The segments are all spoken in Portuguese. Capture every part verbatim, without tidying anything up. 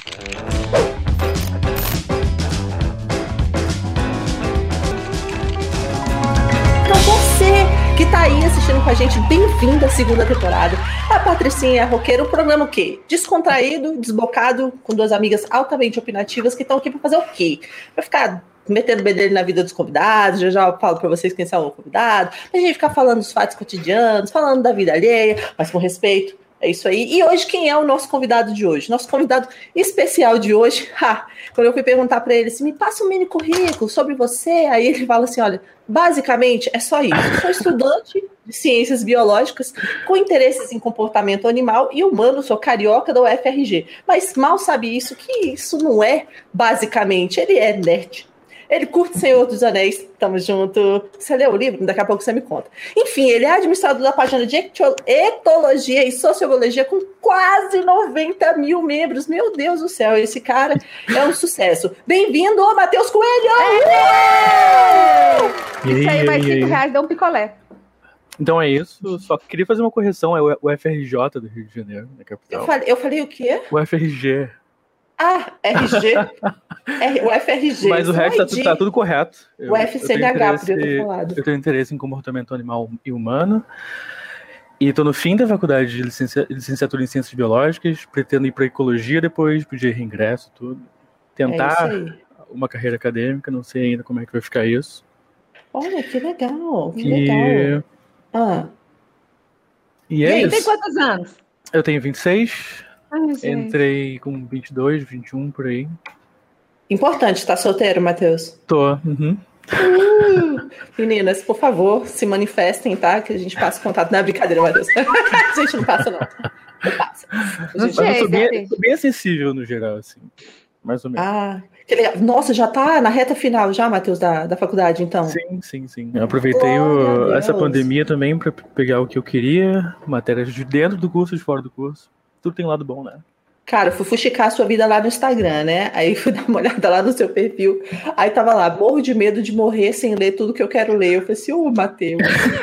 Então você que tá aí assistindo com a gente, bem-vindo à segunda temporada. A Patricinha Roqueira, um programa o quê? Descontraído, desbocado, com duas amigas altamente opinativas que estão aqui para fazer o quê? Para ficar metendo bedelho na vida dos convidados, já já eu falo para vocês quem são o convidado, pra gente ficar falando dos fatos cotidianos, falando da vida alheia, mas com respeito. É isso aí. E hoje, quem é o nosso convidado de hoje? Nosso convidado especial de hoje, ha, quando eu fui perguntar para ele assim, me passa um mini currículo sobre você, aí ele fala assim, olha, basicamente é só isso. Eu sou estudante de ciências biológicas com interesses em comportamento animal e humano, sou carioca da U F R G. Mas mal sabe isso, que isso não é basicamente, ele é nerd. Ele curte Senhor dos Anéis, tamo junto. Você leu o livro? Daqui a pouco você me conta. Enfim, ele é administrador da página de etologia e sociologia com quase noventa mil membros. Meu Deus do céu, esse cara é um sucesso. Bem-vindo, Matheus Coelho! É! Isso aí, mais cinco reais dá um picolé. Então é isso, só queria fazer uma correção, é o U F R J do Rio de Janeiro, na capital. Eu falei, eu falei o quê? O U F R G. Ah, R G. R, o F R G. Mas o resto tá, tudo, tá tudo correto. O F C N H, podia ter falado. Eu tenho interesse em comportamento animal e humano. E estou no fim da faculdade de licencia, licenciatura em Ciências Biológicas. Pretendo ir para Ecologia depois, pedir reingresso, tudo. Tentar é uma carreira acadêmica, não sei ainda como é que vai ficar isso. Olha, que legal, que e... legal. Ah. E, é e aí, isso. tem quantos anos? Eu tenho vinte e seis. Ai, entrei com vinte e dois, vinte e um, por aí. Importante, tá solteiro, Matheus? Tô, uhum. Uh, meninas, por favor, se manifestem, tá? Que a gente passa o contato. Não é brincadeira, Matheus. A gente não passa, não. Não passa. Não gente... sei, eu sou bem, sou bem acessível no geral, assim. Mais ou menos. Ah, que legal. Nossa, já tá na reta final já, Matheus, da, da faculdade, então? Sim, sim, sim. Eu aproveitei o, essa pandemia também para pegar o que eu queria, matérias de dentro do curso e de fora do curso. Tudo tem um lado bom, né? Cara, eu fui fuxicar a sua vida lá no Instagram, né? Aí fui dar uma olhada lá no seu perfil. Aí tava lá, morro de medo de morrer sem ler tudo que eu quero ler. Eu falei assim, ô, Matheus.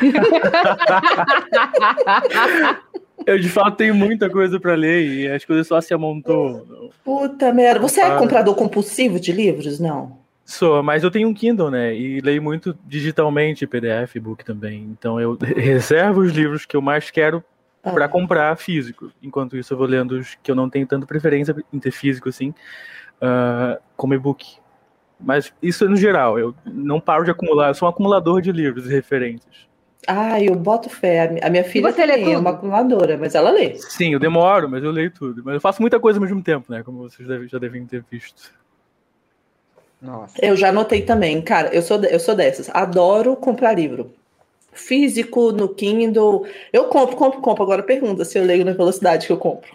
Eu, de fato, tenho muita coisa pra ler e as coisas só se amontou. Puta merda. Você é comprador compulsivo de livros? Não. Sou, mas eu tenho um Kindle, né? E leio muito digitalmente, P D F, e-book também. Então eu reservo os livros que eu mais quero Ah. para comprar físico. Enquanto isso eu vou lendo os que eu não tenho tanta preferência em ter físico assim, uh, como e-book. Mas isso é no geral, eu não paro de acumular, eu sou um acumulador de livros e referências. Ah, eu boto fé. A minha filha você também é uma acumuladora, mas ela lê. Sim, eu demoro, mas eu leio tudo. Mas eu faço muita coisa ao mesmo tempo, né? Como vocês devem, já devem ter visto. Nossa. Eu já anotei também. Cara, eu sou, eu sou dessas. Adoro comprar livro. Físico, no Kindle. Eu compro, compro, compro. Agora pergunta se eu leio na velocidade que eu compro.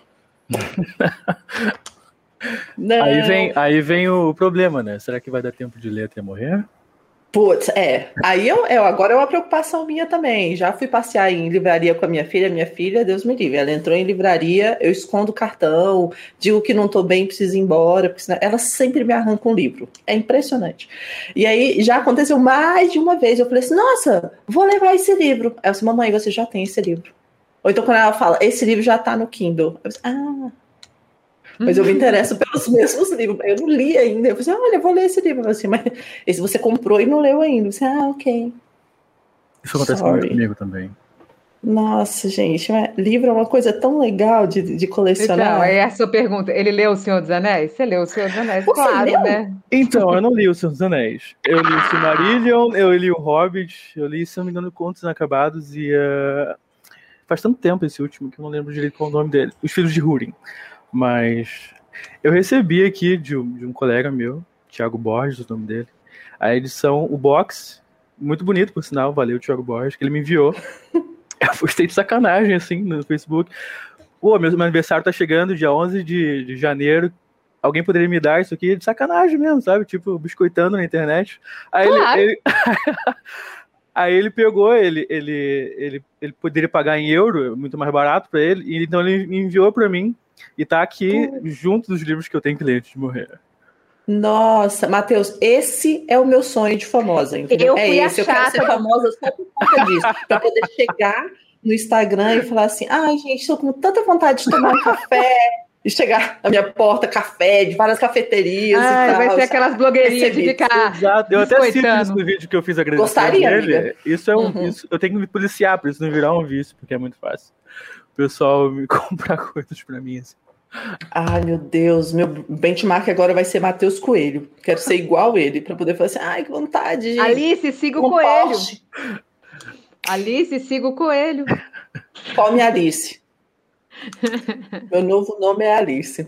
Não. Aí vem, aí vem o problema, né? Será que vai dar tempo de ler até morrer? Putz, é. Aí eu, eu, agora é uma preocupação minha também. Já fui passear em livraria com a minha filha. Minha filha, Deus me livre, ela entrou em livraria, eu escondo o cartão, digo que não tô bem, preciso ir embora, porque senão ela sempre me arranca um livro. É impressionante. E aí já aconteceu mais de uma vez. Eu falei assim, nossa, vou levar esse livro. Aí eu disse, mamãe, você já tem esse livro. Ou então quando ela fala, esse livro já tá no Kindle. Eu disse, ah... Mas eu me interesso pelos mesmos livros. Eu não li ainda. Eu falei assim, olha, eu vou ler esse livro. Eu falei assim, mas esse você comprou e não leu ainda. Eu falei, ah, ok. Isso acontece Sorry. muito comigo também. Nossa, gente, livro é uma coisa tão legal de, de colecionar. Então, aí a sua pergunta, ele leu O Senhor dos Anéis? Você leu O Senhor dos Anéis? Você claro, leu? né? Então, eu não li O Senhor dos Anéis. Eu li o Silmarillion, eu li o Hobbit, eu li, se não me engano, Contos Inacabados e... Uh... Faz tanto tempo esse último que eu não lembro direito qual é o nome dele. Os Filhos de Húrin. Mas... Eu recebi aqui de um, de um colega meu, Thiago Borges, o nome dele, a edição, o box, muito bonito, por sinal, valeu, Thiago Borges, que ele me enviou. Eu postei de sacanagem, assim, no Facebook. Pô, meu, meu aniversário tá chegando, dia onze de, de janeiro, alguém poderia me dar isso aqui? De sacanagem mesmo, sabe? Tipo, biscoitando na internet. Aí claro. ele... ele... Aí ele pegou, ele, ele, ele, ele poderia pagar em euro, muito mais barato pra ele, e então ele me enviou pra mim, e tá aqui Pô. junto dos livros que eu tenho que ler antes de morrer. Nossa, Matheus, esse é o meu sonho de famosa, entendeu? Eu é esse, eu quero ser famosa só por conta disso, pra poder chegar no Instagram e falar assim, ai, gente, estou com tanta vontade de tomar um café, E chegar na minha porta, café, de várias cafeterias ah, e tal. Vai ser aquelas blogueirinhas de ficar. Exato. Eu até cito isso no vídeo que eu fiz agradecendo Gostaria, dele. amiga. Isso é um. Uhum. Isso, eu tenho que me policiar pra isso não virar um vício, porque é muito fácil. O pessoal me comprar coisas pra mim, assim. Ai, meu Deus, meu benchmark agora vai ser Matheus Coelho. Quero ser igual ele, pra poder falar assim, ai, que vontade, gente. Alice, siga o Um coelho. Porsche. Alice, siga o coelho. Come Alice. Meu novo nome é Alice.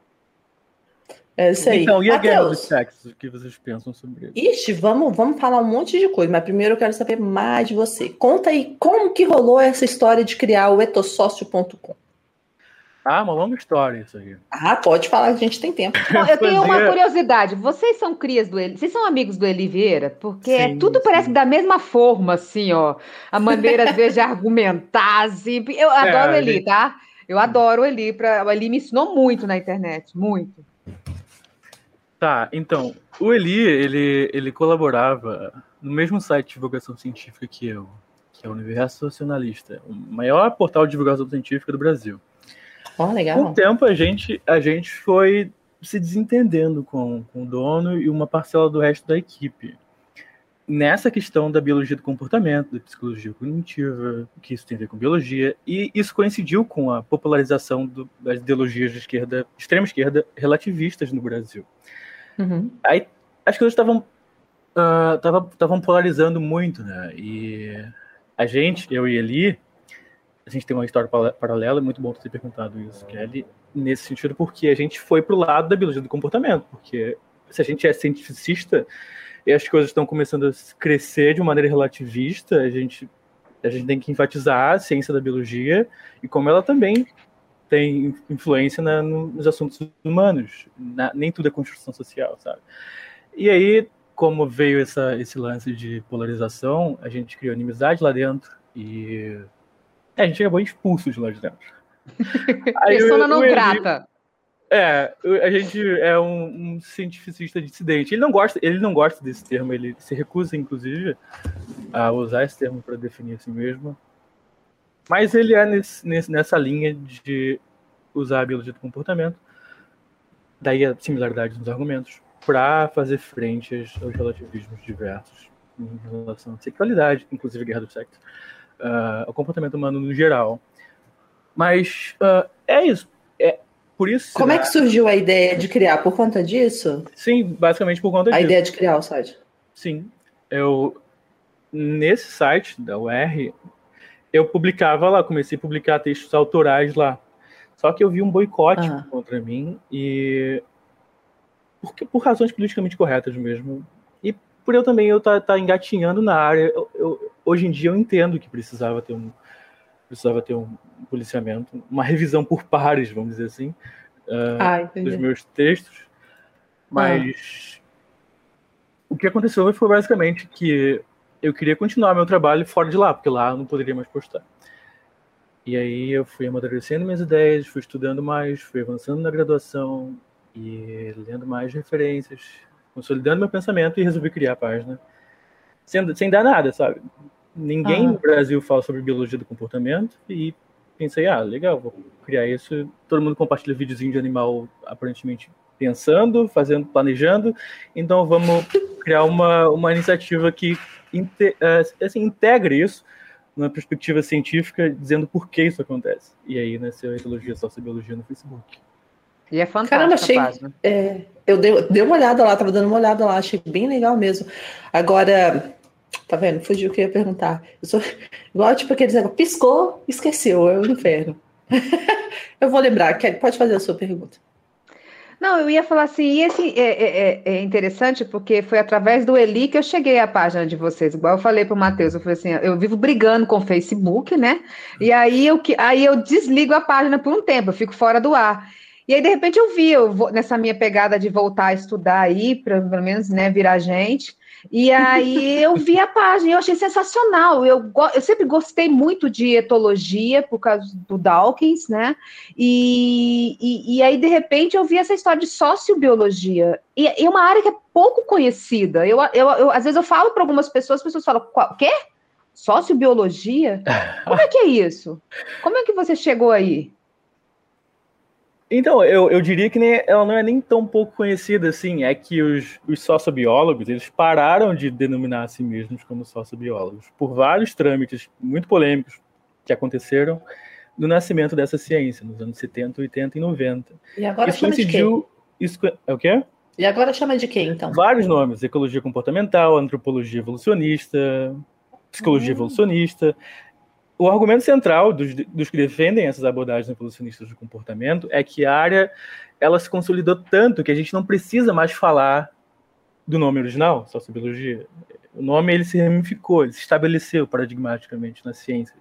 É isso aí. Então, e a guerra Matheus, dos sexos? O que vocês pensam sobre isso? Ixi, vamos, vamos falar um monte de coisa, mas primeiro eu quero saber mais de você. Conta aí como que rolou essa história de criar o etosócio ponto com. Ah, uma longa história isso aí. Ah, pode falar, a gente tem tempo. Bom, eu tenho uma Fazia- curiosidade. Vocês são crias do Eli? Vocês são amigos do Eli Vieira? Porque Sim, tudo sim. parece da mesma forma, assim, ó. A maneira, às vezes, de argumentar, assim. Eu adoro o Eli, ele- tá? Eu adoro o Eli. Pra... O Eli me ensinou muito na internet, muito. Tá, então, o Eli, ele, ele colaborava no mesmo site de divulgação científica que eu, que é o Universo Nacionalista, o maior portal de divulgação científica do Brasil. Ó, Com o legal. tempo, a gente, a gente foi se desentendendo com, com o dono e uma parcela do resto da equipe. Nessa questão da biologia do comportamento, da psicologia cognitiva, que isso tem a ver com biologia, e isso coincidiu com a popularização do, das ideologias de esquerda, extrema esquerda, relativistas no Brasil. Uhum. Aí as coisas estavam estavam polarizando muito, né? E a gente, eu e Eli, a gente tem uma história pala- paralela, é muito bom ter perguntado isso, Kelly, nesse sentido, porque a gente foi pro lado da biologia do comportamento, porque se a gente é cientificista e as coisas estão começando a crescer de uma maneira relativista, a gente, a gente tem que enfatizar a ciência da biologia e como ela também tem influência na, nos assuntos humanos. Na, nem tudo é construção social, sabe? E aí, como veio essa, esse lance de polarização, a gente criou inimizade lá dentro e é, a gente acabou expulso de lá de dentro. Aí Persona o- não o Eli- grata. É, a gente é um, um cientificista dissidente. Ele não gosta, ele não gosta desse termo, ele se recusa, inclusive, a usar esse termo para definir a si mesmo. Mas ele é nesse, nesse, nessa linha de usar a biologia do comportamento, daí a similaridade nos argumentos, para fazer frente aos, aos relativismos diversos em relação à sexualidade, inclusive a guerra do sexo, uh, ao comportamento humano no geral. Mas uh, é isso. É, por isso, Como né? é que surgiu a ideia de criar? Por conta disso? Sim, basicamente por conta A disso. ideia de criar o site? Sim. Eu, nesse site da U R, eu publicava lá, comecei a publicar textos autorais lá. Só que eu vi um boicote Ah. contra mim e porque, por razões politicamente corretas mesmo. E por eu também eu estar tá, tá engatinhando na área, eu, eu, hoje em dia eu entendo que precisava ter um precisava ter um policiamento, uma revisão por pares, vamos dizer assim, uh, Ah, dos entendi. meus textos. Mas o que aconteceu foi basicamente que eu queria continuar meu trabalho fora de lá, porque lá eu não poderia mais postar. E aí eu fui amadurecendo minhas ideias, fui estudando mais, fui avançando na graduação e lendo mais referências, consolidando meu pensamento e resolvi criar a página. Sem, sem dar nada, sabe? Ninguém Ah. no Brasil fala sobre biologia do comportamento e pensei, ah, legal, vou criar isso. Todo mundo compartilha videozinho de animal aparentemente pensando, fazendo, planejando. Então vamos criar uma, uma iniciativa que inte, assim, integre isso numa perspectiva científica, dizendo por que isso acontece. E aí nasceu a Etologia Sociobiologia no Facebook. E é fantástica Caramba, a achei. página. É, eu dei, dei uma olhada lá, tava dando uma olhada lá, achei bem legal mesmo. Agora, tá vendo? Fugiu o que eu ia perguntar. Eu sou igual tipo aqueles negócios, piscou, esqueceu, é o inferno. Eu vou lembrar, Kelly, pode fazer a sua pergunta. Não, eu ia falar assim, e esse é, é, é interessante porque foi através do Eli que eu cheguei à página de vocês. Igual eu falei pro Matheus, eu falei assim, eu vivo brigando com o Facebook, né? E aí eu, que- aí eu desligo a página por um tempo, eu fico fora do ar. E aí, de repente, eu vi, eu vou, nessa minha pegada de voltar a estudar aí, pra, pelo menos, né, virar gente. E aí eu vi a página, eu achei sensacional. Eu, go- eu sempre gostei muito de etologia por causa do Dawkins, né? E, e, e aí, de repente, eu vi essa história de sociobiologia. E é uma área que é pouco conhecida. Eu, eu, eu, às vezes eu falo para algumas pessoas, as pessoas falam, "Qual- quê? Sociobiologia? Como é que é isso? Como é que você chegou aí?" Então, eu, eu diria que nem, ela não é nem tão pouco conhecida assim. É que os, os sociobiólogos, eles pararam de denominar a si mesmos como sociobiólogos por vários trâmites muito polêmicos que aconteceram no nascimento dessa ciência, nos anos setenta, oitenta e noventa. E agora isso chama coincidiu, de quê? Isso, é o quê? E agora chama de quê, então? Vários nomes. Ecologia comportamental, antropologia evolucionista, psicologia hum. evolucionista. O argumento central dos, dos que defendem essas abordagens evolucionistas do comportamento é que a área ela se consolidou tanto que a gente não precisa mais falar do nome original, sociobiologia. O nome ele se ramificou, ele se estabeleceu paradigmaticamente nas ciências.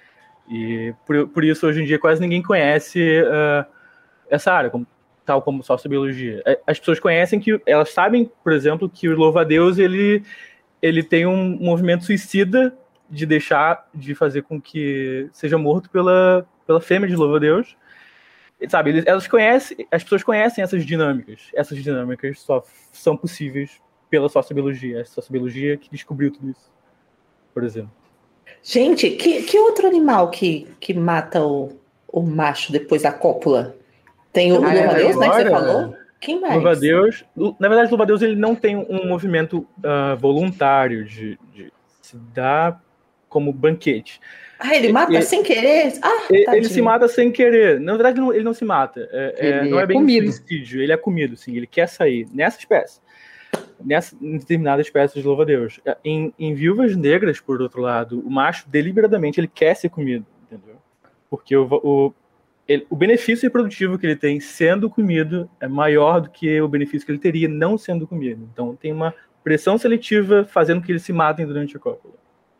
E por, por isso, hoje em dia, quase ninguém conhece uh, essa área, como, tal como sociobiologia. As pessoas conhecem que, elas sabem, por exemplo, que o louva-a-Deus ele, ele tem um movimento suicida de deixar, de fazer com que seja morto pela, pela fêmea de louva-a-Deus. Sabe, eles, elas conhecem, as pessoas conhecem essas dinâmicas. Essas dinâmicas só são possíveis pela sociobiologia. A sociobiologia que descobriu tudo isso, por exemplo. Gente, que, que outro animal que, que mata o, o macho depois da cópula? Tem o ah, louva-a-Deus, né, que você falou? Quem mais? Louva-a-Deus, na verdade, louva-a-Deus ele não tem um movimento uh, voluntário de, de se dar como banquete. Ah, ele mata ele, sem querer? Ah, ele, ele se mata sem querer. Na verdade, ele não, ele não se mata. É, é, não é, é bem comido. Um suicídio. Ele é comido, sim. Ele quer sair. Nessa espécie. Nessa determinada espécie de louva-a-Deus. Em, em viúvas negras, por outro lado, o macho, deliberadamente, ele quer ser comido. Entendeu? Porque o, o, ele, o benefício reprodutivo que ele tem sendo comido é maior do que o benefício que ele teria não sendo comido. Então, tem uma pressão seletiva fazendo que eles se matem durante a cópula.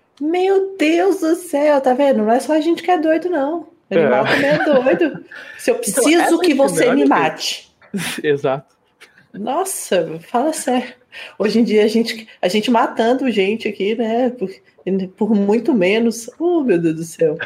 Meu Deus do céu, tá vendo? Não é só a gente que é doido, não. O animal é. também é doido. Se eu preciso então, que você me mate. Exato. Nossa, fala sério. Hoje em dia a gente, a gente matando gente aqui, né? Por, por muito menos. Oh, meu Deus do céu.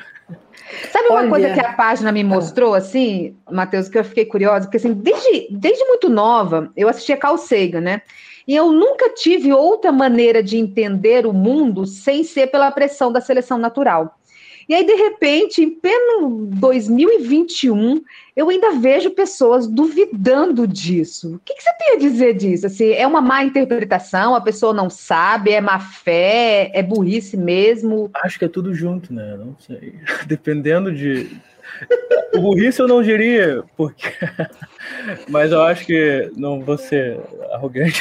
Sabe uma Olha... coisa que a página me mostrou, assim, Matheus, que eu fiquei curiosa? Porque, assim, desde, desde muito nova, eu assistia Carl Sagan, né? E eu nunca tive outra maneira de entender o mundo sem ser pela pressão da seleção natural. E aí, de repente, em pleno dois mil e vinte e um, eu ainda vejo pessoas duvidando disso. O que, que você tem a dizer disso? Assim, é uma má interpretação, a pessoa não sabe, é má fé, é burrice mesmo? Acho que é tudo junto, né? Não sei. Dependendo de... O burrice eu não diria, porque... mas eu acho que não vou ser arrogante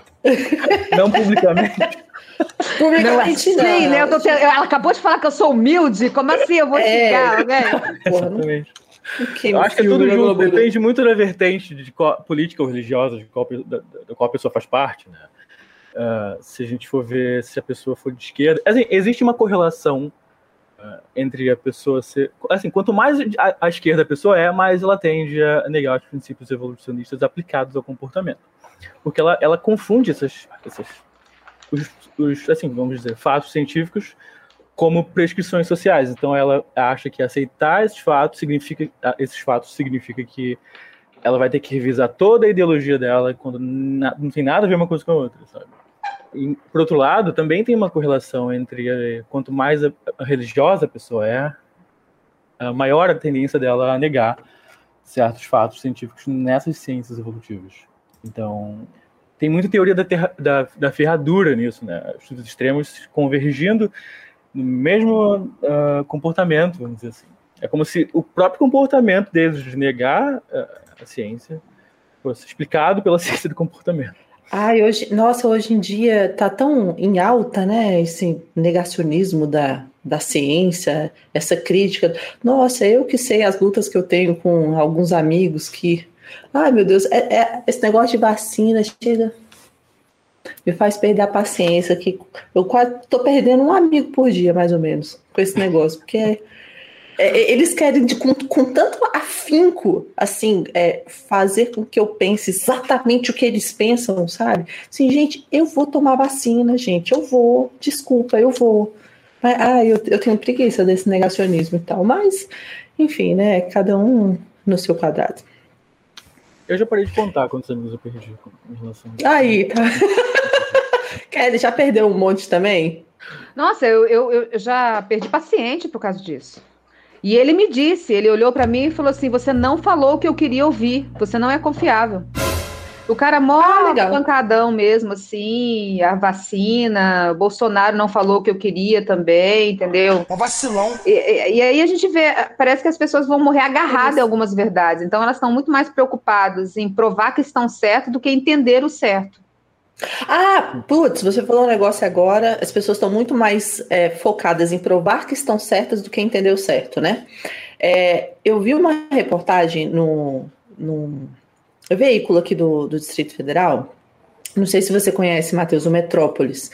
não publicamente. Publicamente não. Sim, né? Eu tô te... Ela acabou de falar que eu sou humilde, como assim eu vou é. ficar, né? Exatamente. Okay, eu acho que é tudo junto, depende muito da vertente de qual, política ou religiosa de qual, da, da qual a pessoa faz parte, né? Uh, se a gente for ver se a pessoa for de esquerda... Assim, existe uma correlação Uh, entre a pessoa ser... Assim, quanto mais a, a esquerda a pessoa é, mais ela tende a negar os princípios evolucionistas aplicados ao comportamento. Porque ela, ela confunde essas, essas os, os, assim, vamos dizer, fatos científicos como prescrições sociais. Então ela acha que aceitar esses fatos significa, esses fatos significa que ela vai ter que revisar toda a ideologia dela quando na, não tem nada a ver uma coisa com a outra, sabe? E, por outro lado, também tem uma correlação entre eh, quanto mais a, a religiosa a pessoa é, a maior a tendência dela a negar certos fatos científicos nessas ciências evolutivas. Então, tem muita teoria da, terra, da, da ferradura nisso, né? Os extremos convergindo no mesmo uh, comportamento, vamos dizer assim. É como se o próprio comportamento deles de negar uh, a ciência fosse explicado pela ciência do comportamento. Ai, hoje, nossa, hoje em dia tá tão em alta, né, esse negacionismo da, da ciência, essa crítica. Nossa, eu que sei as lutas que eu tenho com alguns amigos que, ai meu Deus, é, é, esse negócio de vacina chega, me faz perder a paciência, que eu quase tô perdendo um amigo por dia, mais ou menos, com esse negócio, porque é, é, eles querem de, com, com tanto afinco, assim, é, fazer com que eu pense exatamente o que eles pensam, sabe? Assim, gente, eu vou tomar vacina, gente, eu vou, desculpa, eu vou. Ah, eu, eu tenho preguiça desse negacionismo e tal, mas, enfim, né, cada um no seu quadrado. Eu já parei de contar quantos amigos eu perdi em relação a isso. Aí, tá. Kelly, já perdeu um monte também? Nossa, eu, eu, eu já perdi paciente por causa disso. E ele me disse, ele olhou para mim e falou assim, você não falou o que eu queria ouvir, você não é confiável. O cara mó ah, pancadão mesmo, assim, a vacina, Bolsonaro não falou o que eu queria também, entendeu? Um vacilão. E, e, e aí a gente vê, parece que as pessoas vão morrer agarradas em algumas verdades, então elas estão muito mais preocupadas em provar que estão certo do que entender o certo. Ah, putz, você falou um negócio agora, as pessoas estão muito mais é, focadas em provar que estão certas do que entender o certo, né? É, eu vi uma reportagem no... no veículo aqui do, do Distrito Federal, não sei se você conhece, Matheus, o Metrópolis.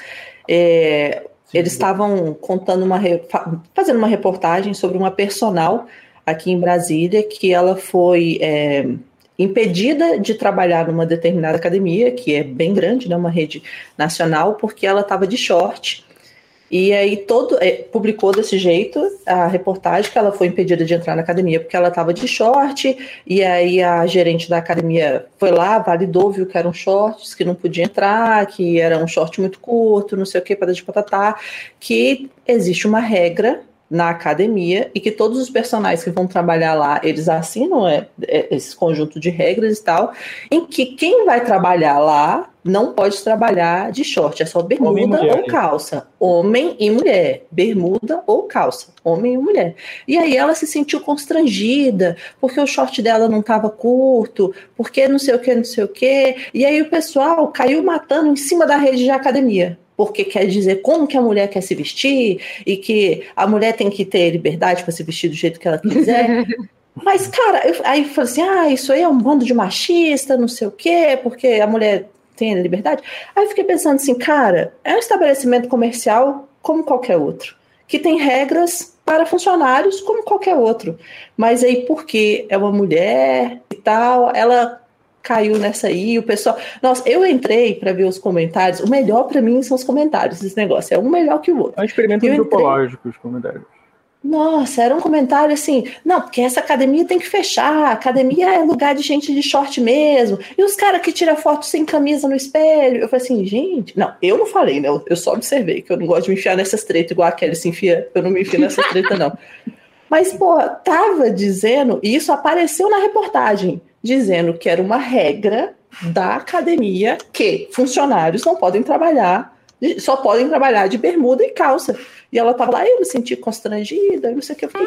É, eles estavam contando uma fazendo uma reportagem sobre uma personal aqui em Brasília que ela foi é, impedida de trabalhar numa determinada academia, que é bem grande, né, uma rede nacional, porque ela estava de short. E aí todo, é, publicou desse jeito a reportagem que ela foi impedida de entrar na academia porque ela estava de short, e aí a gerente da academia foi lá, validou, viu que eram shorts, que não podia entrar, que era um short muito curto, não sei o que, para de patatá, que existe uma regra na academia e que todos os personagens que vão trabalhar lá, eles assinam é, é, esse conjunto de regras e tal, em que quem vai trabalhar lá não pode trabalhar de short, é só bermuda ou calça. Homem e mulher. Bermuda ou calça. Homem e mulher. E aí ela se sentiu constrangida, porque o short dela não estava curto, porque não sei o que, não sei o que. E aí o pessoal caiu matando em cima da rede de academia. Porque quer dizer como que a mulher quer se vestir e que a mulher tem que ter liberdade para se vestir do jeito que ela quiser. Mas, cara, eu, aí eu falei assim, ah, isso aí é um bando de machista, não sei o quê, porque a mulher tem a liberdade. Aí eu fiquei pensando assim, cara, é um estabelecimento comercial como qualquer outro, que tem regras para funcionários como qualquer outro. Mas aí, porque é uma mulher e tal, ela caiu nessa aí, o pessoal... Nossa, eu entrei para ver os comentários, o melhor para mim são os comentários desse negócio, é um melhor que o outro. É um experimento antropológico os comentários. Nossa, era um comentário assim, não, porque essa academia tem que fechar, a academia é lugar de gente de short mesmo, e os caras que tiram foto sem camisa no espelho, eu falei assim, gente, não, eu não falei, né, eu só observei, que eu não gosto de me enfiar nessas tretas, igual a Kelly se enfia, eu não me enfio nessas tretas não. Mas, pô, tava dizendo, e isso apareceu na reportagem, dizendo que era uma regra da academia que funcionários não podem trabalhar, só podem trabalhar de bermuda e calça. E ela tava lá, eu me senti constrangida, não sei o que, eu fiquei...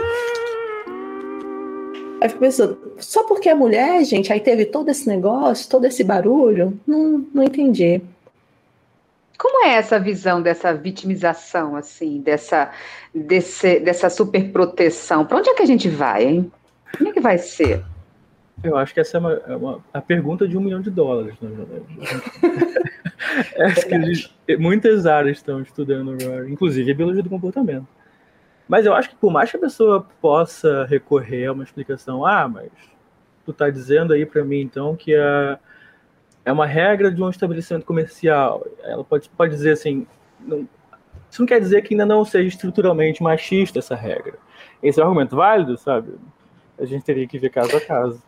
Aí eu fiquei pensando, só porque é mulher, gente, aí teve todo esse negócio, todo esse barulho, não, não entendi. Como é essa visão dessa vitimização, assim, dessa, desse, dessa superproteção? Para onde é que a gente vai, hein? Como é que vai ser? Eu acho que essa é, uma, é uma, a pergunta de um milhão de dólares, na verdade. É que gente, muitas áreas estão estudando agora, inclusive a biologia do comportamento. Mas eu acho que por mais que a pessoa possa recorrer a uma explicação, ah, mas tu tá dizendo aí para mim então que a, é uma regra de um estabelecimento comercial. Ela pode, pode dizer assim, não, isso não quer dizer que ainda não seja estruturalmente machista essa regra. Esse é um argumento válido, sabe? A gente teria que ver caso a caso.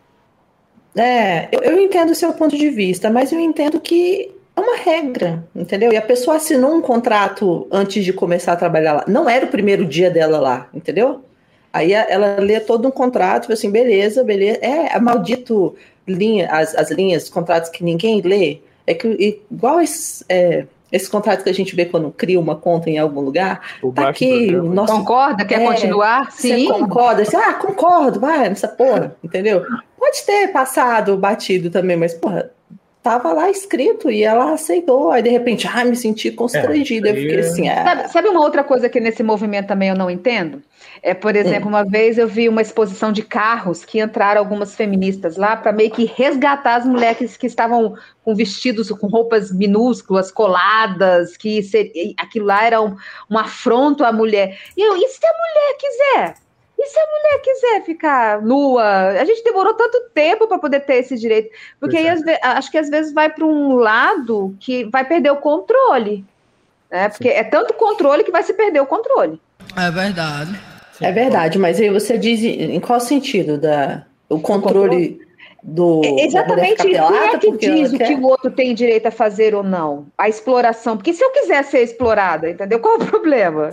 É, eu, eu entendo o seu ponto de vista, mas eu entendo que é uma regra, entendeu? E a pessoa assinou um contrato antes de começar a trabalhar lá. Não era o primeiro dia dela lá, entendeu? Aí ela lê todo um contrato, tipo assim, beleza, beleza. É, é maldito linha, as, as linhas, os contratos que ninguém lê. É que igual esses, é, esses contratos que a gente vê quando cria uma conta em algum lugar. O tá aqui, o nosso... Concorda? Quer é, continuar? Sim. Você concorda? Você, ah, concordo, vai nessa porra, entendeu? Pode ter passado, batido também, mas, porra, tava lá escrito e ela aceitou. Aí, de repente, ah, me senti constrangida. É, eu fiquei assim, ah... sabe, sabe uma outra coisa que nesse movimento também eu não entendo? É, por exemplo, hum. uma vez eu vi uma exposição de carros que entraram algumas feministas lá para meio que resgatar as mulheres que estavam com vestidos, com roupas minúsculas, coladas, que ser, aquilo lá era um, um afronto à mulher. E eu, e se a mulher quiser? E se a mulher quiser ficar nua? A gente demorou tanto tempo para poder ter esse direito. Porque aí, às vezes, acho que às vezes vai para um lado que vai perder o controle. Né? Porque Sim. é tanto controle que vai se perder o controle. É verdade. É verdade, mas aí você diz em qual sentido? Da, o controle, o controle? do... É exatamente isso. Quem é que diz o que o outro tem direito a fazer ou não? A exploração. Porque se eu quiser ser explorada, entendeu? Qual é o problema? What?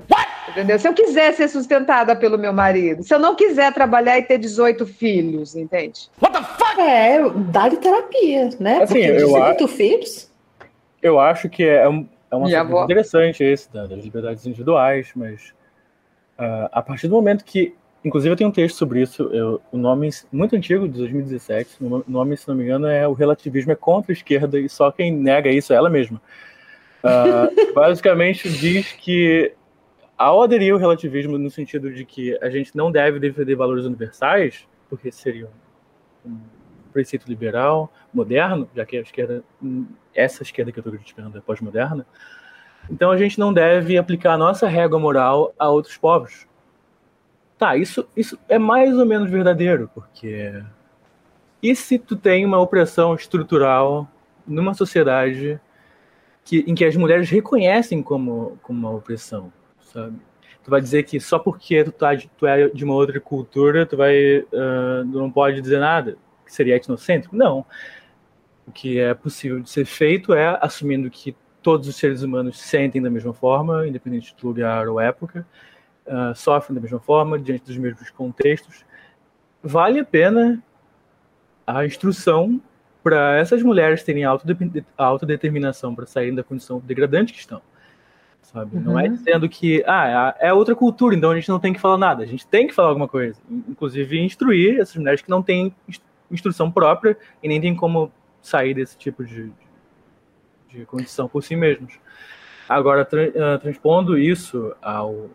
Entendeu? Se eu quiser ser sustentada pelo meu marido, se eu não quiser trabalhar e ter dezoito filhos, entende? What the fuck? É, dá-lhe terapia, né? Assim, porque eu dezoito a... filhos... Eu acho que é, um, é uma coisa interessante esse, das liberdades individuais, mas uh, a partir do momento que... Inclusive eu tenho um texto sobre isso, eu, o nome muito antigo, de dois mil e dezessete, o nome, se não me engano, é O Relativismo é contra a Esquerda e só quem nega isso é ela mesma. Uh, basicamente diz que ao aderir ao relativismo no sentido de que a gente não deve defender valores universais, porque seria um preceito liberal, moderno, já que a esquerda, essa esquerda que eu estou criticando é pós-moderna, então a gente não deve aplicar a nossa régua moral a outros povos. Tá, isso, isso é mais ou menos verdadeiro, porque e se tu tem uma opressão estrutural numa sociedade que, em que as mulheres reconhecem como, como uma opressão, sabe? Tu vai dizer que só porque tu, tá, tu é de uma outra cultura, tu vai, uh, não pode dizer nada, que seria etnocêntrico? Não. O que é possível de ser feito é assumindo que todos os seres humanos sentem da mesma forma, independente de lugar ou época, Uh, sofrem da mesma forma, diante dos mesmos contextos. Vale a pena a instrução para essas mulheres terem autodeterminação para saírem da condição degradante que estão. Sabe? Uhum. Não é dizendo que ah, é outra cultura, então a gente não tem que falar nada. A gente tem que falar alguma coisa. Inclusive instruir essas mulheres que não têm instrução própria e nem tem como sair desse tipo de, de, de condição por si mesmos. Agora, tra- uh, transpondo isso ao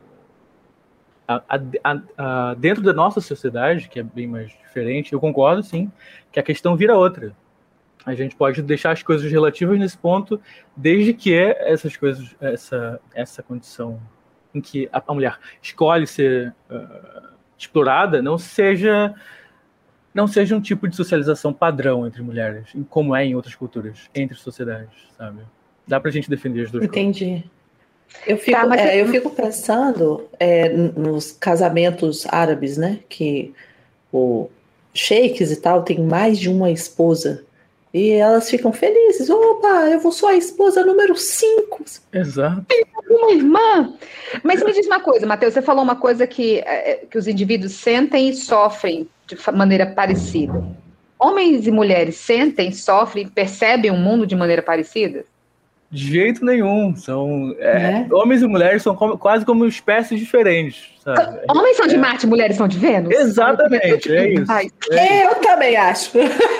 A, a, a, dentro da nossa sociedade, que é bem mais diferente, eu concordo, sim, que a questão vira outra. A gente pode deixar as coisas relativas nesse ponto, desde que essas coisas, essa, essa condição em que a, a mulher escolhe ser uh, explorada, não seja, não seja um tipo de socialização padrão entre mulheres, como é em outras culturas, entre sociedades, sabe? Dá pra gente defender as duas Entendi. coisas. Eu fico, tá, mas é, eu fico pensando é, nos casamentos árabes, né? Que o sheiks e tal tem mais de uma esposa e elas ficam felizes. Opa, eu vou só a esposa número cinco. Exato. Uma irmã. Mas me diz uma coisa, Matheus, você falou uma coisa que, que os indivíduos sentem e sofrem de maneira parecida. Homens e mulheres sentem, sofrem, percebem o mundo de maneira parecida? De jeito nenhum. São, é, é. Homens e mulheres são como, quase como espécies diferentes. Sabe? Homens são de é. Marte, mulheres são de Vênus? Exatamente, é isso. É. Eu também acho.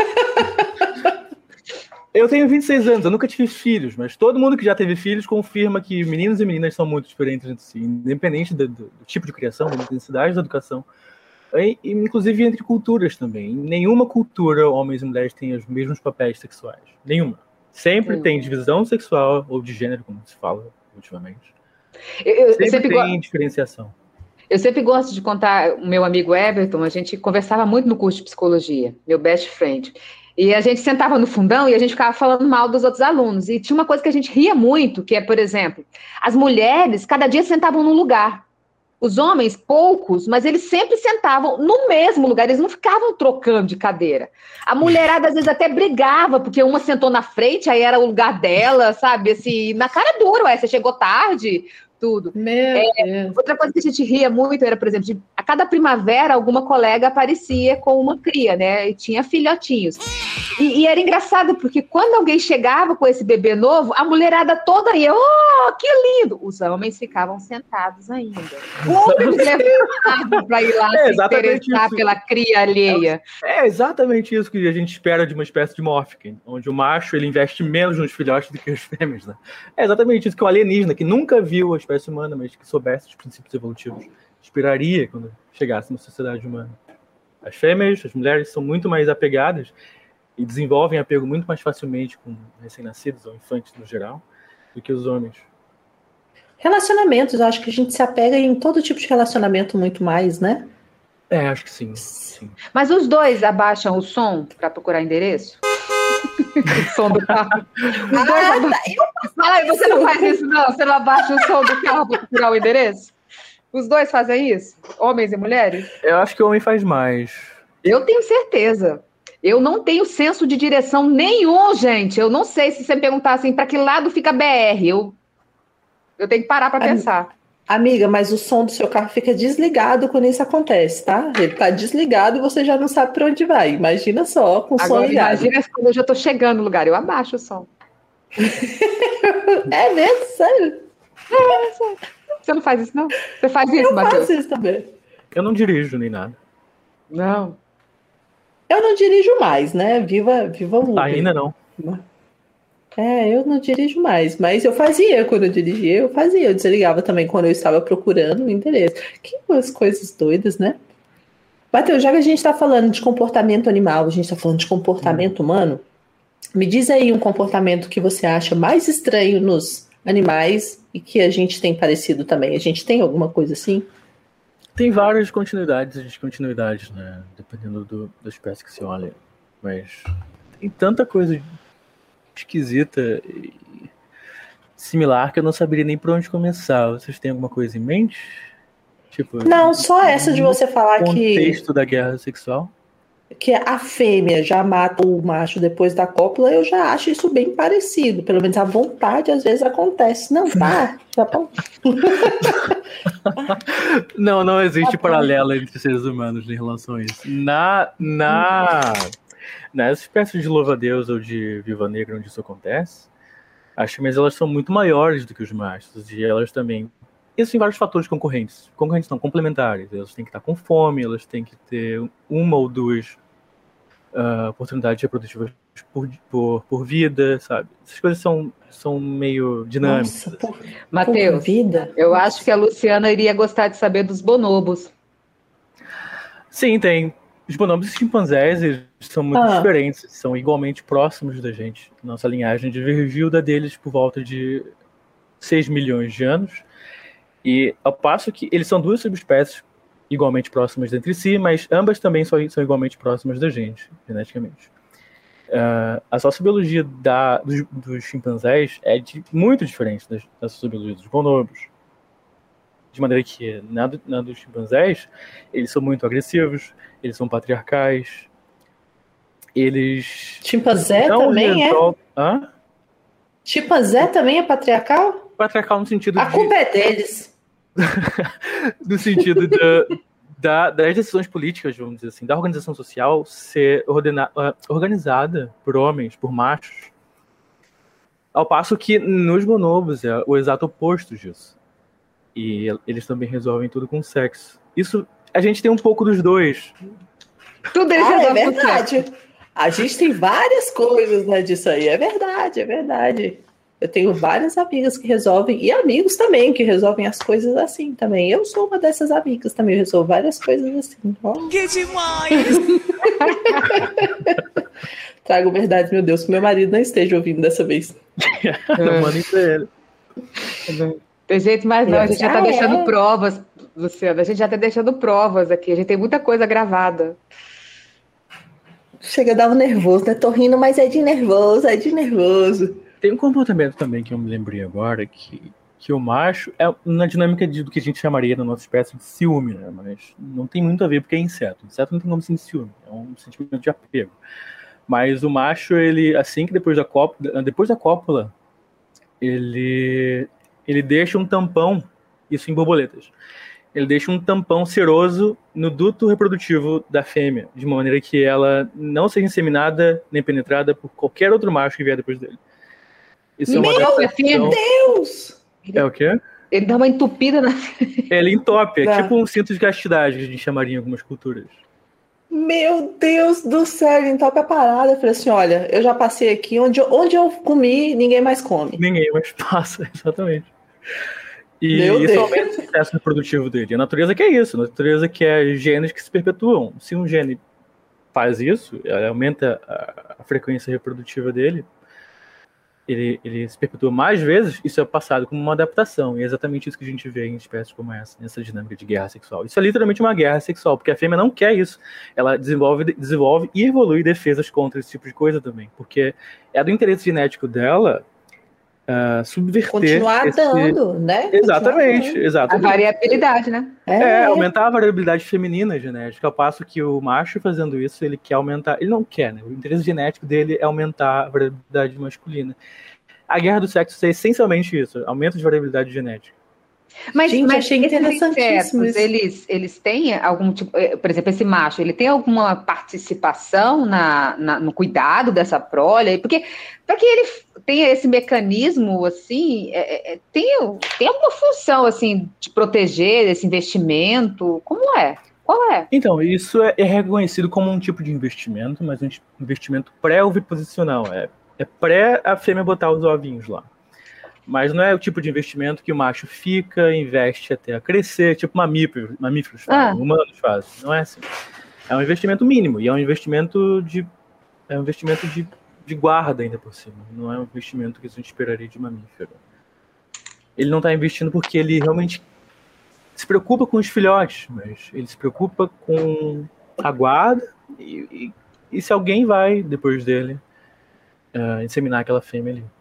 Eu tenho vinte e seis anos, eu nunca tive filhos, mas todo mundo que já teve filhos confirma que meninos e meninas são muito diferentes entre si, independente do, do, do tipo de criação, da intensidade da educação, e, inclusive entre culturas também. Em nenhuma cultura, homens e mulheres têm os mesmos papéis sexuais. Nenhuma. Sempre Sim. tem divisão sexual ou de gênero, como se fala ultimamente. Eu, eu sempre, sempre tem go... diferenciação. Eu sempre gosto de contar o meu amigo Everton, a gente conversava muito no curso de psicologia, meu best friend. E a gente sentava no fundão e a gente ficava falando mal dos outros alunos. E tinha uma coisa que a gente ria muito, que é, por exemplo, as mulheres cada dia sentavam num lugar. Os homens, poucos, mas eles sempre sentavam no mesmo lugar, eles não ficavam trocando de cadeira. A mulherada, às vezes, até brigava, porque uma sentou na frente, aí era o lugar dela, sabe? Assim, na cara dura, ué, você chegou tarde, tudo. Meu é, Deus. Outra coisa que a gente ria muito era, por exemplo, de, a cada primavera, alguma colega aparecia com uma cria, né? E tinha filhotinhos. E, e era engraçado, porque quando alguém chegava com esse bebê novo, a mulherada toda ia, oh, que lindo! Os homens ficavam sentados ainda. Como eles levavam para ir lá é se interessar isso. pela cria alheia. É, é exatamente isso que a gente espera de uma espécie de Morphic, onde o macho ele investe menos nos filhotes do que as fêmeas, né? É exatamente isso que o alienígena, que nunca viu a espécie humana, mas que soubesse os princípios evolutivos, esperaria quando chegasse na sociedade humana. As fêmeas, as mulheres, são muito mais apegadas e desenvolvem apego muito mais facilmente com recém-nascidos ou infantes no geral do que os homens. Relacionamentos, eu acho que a gente se apega em todo tipo de relacionamento muito mais, né? É, acho que sim. sim. Mas os dois abaixam o som para procurar endereço? O som do carro. Os ah, dois abaixam... Fala, você não faz isso, não? Você não abaixa o som do carro para procurar o endereço? Os dois fazem isso? Homens e mulheres? Eu acho que o homem faz mais. Eu tenho certeza. Eu não tenho senso de direção nenhum, gente. Eu não sei se você me perguntar assim, para que lado fica B R? Eu, eu tenho que parar para pensar. Amiga, mas o som do seu carro fica desligado quando isso acontece, tá? Ele tá desligado e você já não sabe para onde vai. Imagina só com o som Agora, ligado. imagina quando eu já tô chegando no lugar, eu abaixo o som. É mesmo? Sério? É, sério. Você não faz isso, não? Você faz isso, Eu Matheus? faço isso também. Eu não dirijo nem nada. Não. Eu não dirijo mais, né? Viva, viva o Uber. Ainda não. É, eu não dirijo mais, mas eu fazia quando eu dirigia, eu fazia, eu desligava também quando eu estava procurando o interesse. Que umas coisas doidas, né? Matheus, já que a gente está falando de comportamento animal, a gente está falando de comportamento humano, me diz aí um comportamento que você acha mais estranho nos animais e que a gente tem parecido também. A gente tem alguma coisa assim? Tem várias continuidades e descontinuidades, né? Dependendo do, da espécie que se olha. Mas tem tanta coisa esquisita e similar que eu não saberia nem por onde começar. Vocês têm alguma coisa em mente? Tipo, Não, só essa de você falar que, contexto da guerra sexual? que a fêmea já mata o macho depois da cópula, eu já acho isso bem parecido. Pelo menos a vontade às vezes acontece. Não, tá, já tá. Não, não existe paralelo entre seres humanos em relação a isso. Na, na, nas espécies de louva-a-Deus ou de viúva negra onde isso acontece, as fêmeas elas são muito maiores do que os machos e elas também... Isso tem vários fatores concorrentes. Concorrentes não, complementares. Elas têm que estar com fome, elas têm que ter uma ou duas uh, oportunidades reprodutivas por, por, por vida, sabe? Essas coisas são, são meio dinâmicas. Nossa, por, Matheus, por vida? eu acho que a Luciana iria gostar de saber dos bonobos. Sim, tem. Os bonobos e chimpanzés eles são muito Ah. diferentes, são igualmente próximos da gente. Nossa linhagem divergiu da deles por volta de seis milhões de anos. E ao passo que eles são duas subespécies igualmente próximas entre si, mas ambas também são, são igualmente próximas da gente, geneticamente. Uh, a sociobiologia da, dos, dos chimpanzés é de, muito diferente da, da sociobiologia dos bonobos. De maneira que, na, do, na dos chimpanzés, eles são muito agressivos, eles são patriarcais, eles... Chimpanzé não também resolvem... é? Hã? Chimpanzé também é patriarcal? Patriarcal no sentido A de... culpa é deles. no sentido da, da, das decisões políticas, vamos dizer assim, da organização social ser ordena, uh, organizada por homens, por machos, ao passo que nos bonobos é o exato oposto disso. E eles também resolvem tudo com sexo. Isso, a gente tem um pouco dos dois. Tudo eles Ah, é resolvem com verdade. sexo. A gente tem várias coisas, né, disso aí. É verdade, é verdade. Eu tenho várias amigas que resolvem, e amigos também, que resolvem as coisas assim também. Eu sou uma dessas amigas também, eu resolvo várias coisas assim. Ó. Que demais! Trago verdade, meu Deus, que meu marido não esteja ouvindo dessa vez. Não mandem pra ele. Tem jeito mais não, a gente já tá Ah, deixando é? provas, Luciana, a gente já tá deixando provas aqui, a gente tem muita coisa gravada. Chega a dar um nervoso, né? Tô rindo, mas é de nervoso, é de nervoso. Tem um comportamento também que eu me lembrei agora, que, que o macho é na dinâmica de, do que a gente chamaria na nossa espécie de ciúme, né? Mas não tem muito a ver porque é inseto. Inseto não tem como sentir ciúme, é um sentimento de apego. Mas o macho, ele, assim que depois da cópula, depois da cópula, ele, ele deixa um tampão, isso em borboletas, ele deixa um tampão seroso no duto reprodutivo da fêmea, de maneira que ela não seja inseminada nem penetrada por qualquer outro macho que vier depois dele. Isso é uma Meu adaptação. Deus! É o quê? Ele dá uma entupida na... Ele entope, é Tá. tipo um cinto de castidade que a gente chamaria em algumas culturas. Meu Deus do céu, ele entope a parada. Eu falei assim, olha, eu já passei aqui, onde, eu- onde eu comi, ninguém mais come. Ninguém mais passa, exatamente. E Meu isso Deus. aumenta o sucesso reprodutivo dele. A natureza quer isso, a natureza quer genes que se perpetuam. Se um gene faz isso, ela aumenta a, a frequência reprodutiva dele, ele, ele se perpetua mais vezes, isso é passado como uma adaptação. E é exatamente isso que a gente vê em espécies como essa, nessa dinâmica de guerra sexual. Isso é literalmente uma guerra sexual, porque a fêmea não quer isso. Ela desenvolve, desenvolve e evolui defesas contra esse tipo de coisa também. Porque é do interesse genético dela uh, subverter... Continuar esse... dando, né? Exatamente, Continuar A exatamente. variabilidade, né? dando. É, É, aumentar a variabilidade feminina genética, ao passo que o macho fazendo isso, ele quer aumentar, ele não quer, né? O interesse genético dele é aumentar a variabilidade masculina. A guerra do sexo é essencialmente isso, aumento de variabilidade genética. Mas, Gente, mas achei esses interessantíssimo insetos, isso. eles, eles têm algum tipo, eh, por exemplo, esse macho, ele tem alguma participação na, na- no cuidado dessa prole? Porque para que ele tenha esse mecanismo, assim, é- é- é- tem, tem alguma função, assim, de proteger esse investimento? Como é? Qual é? Então, isso é, é reconhecido como um tipo de investimento, mas um investimento pré-oviposicional. É, é pré a fêmea botar os ovinhos lá. Mas não é o tipo de investimento que o macho fica, investe até a crescer, tipo mamíferos, mamíferos fazem, Ah. humanos fazem. Não é assim. É um investimento mínimo, e é um investimento de, é um investimento de, de guarda ainda por cima. Não é um investimento que a gente esperaria de mamífero. Ele não está investindo porque ele realmente se preocupa com os filhotes, mas ele se preocupa com a guarda e, e, e se alguém vai, depois dele, uh, inseminar aquela fêmea ali.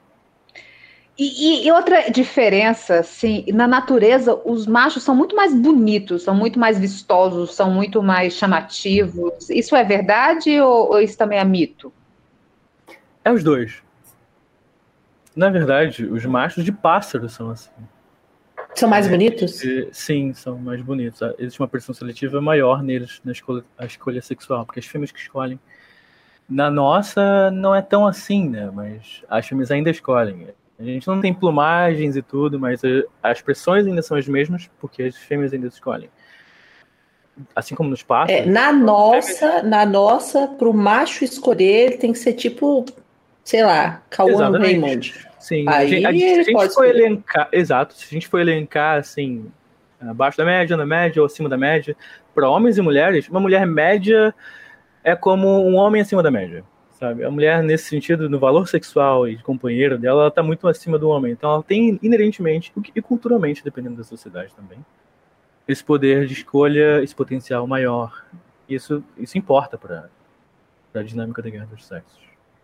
E, e outra diferença, assim, na natureza, os machos são muito mais bonitos, são muito mais vistosos, são muito mais chamativos. Isso é verdade ou, ou isso também é mito? É os dois. Na verdade, os machos de pássaro são assim. São mais bonitos? Sim, são mais bonitos. Existe uma pressão seletiva maior neles na escolha, a escolha sexual, porque as fêmeas que escolhem. Na nossa, não é tão assim, né? Mas as fêmeas ainda escolhem. A gente não tem plumagens e tudo, mas as pressões ainda são as mesmas, porque as fêmeas ainda escolhem. Assim como nos pássaros. É, na nossa, na nossa, pro macho escolher, ele tem que ser tipo, sei lá, Cauã Raymond. Sim, aí a gente, ele se a pode gente for escolher. elencar, exato, se a gente for elencar assim, abaixo da média, na média ou acima da média, para homens e mulheres, uma mulher média é como um homem acima da média, sabe? A mulher, nesse sentido, no valor sexual e de companheiro dela, ela está muito acima do homem. Então, ela tem inerentemente, e culturalmente, dependendo da sociedade também, esse poder de escolha, esse potencial maior. Isso, isso importa para a dinâmica da guerra dos sexos.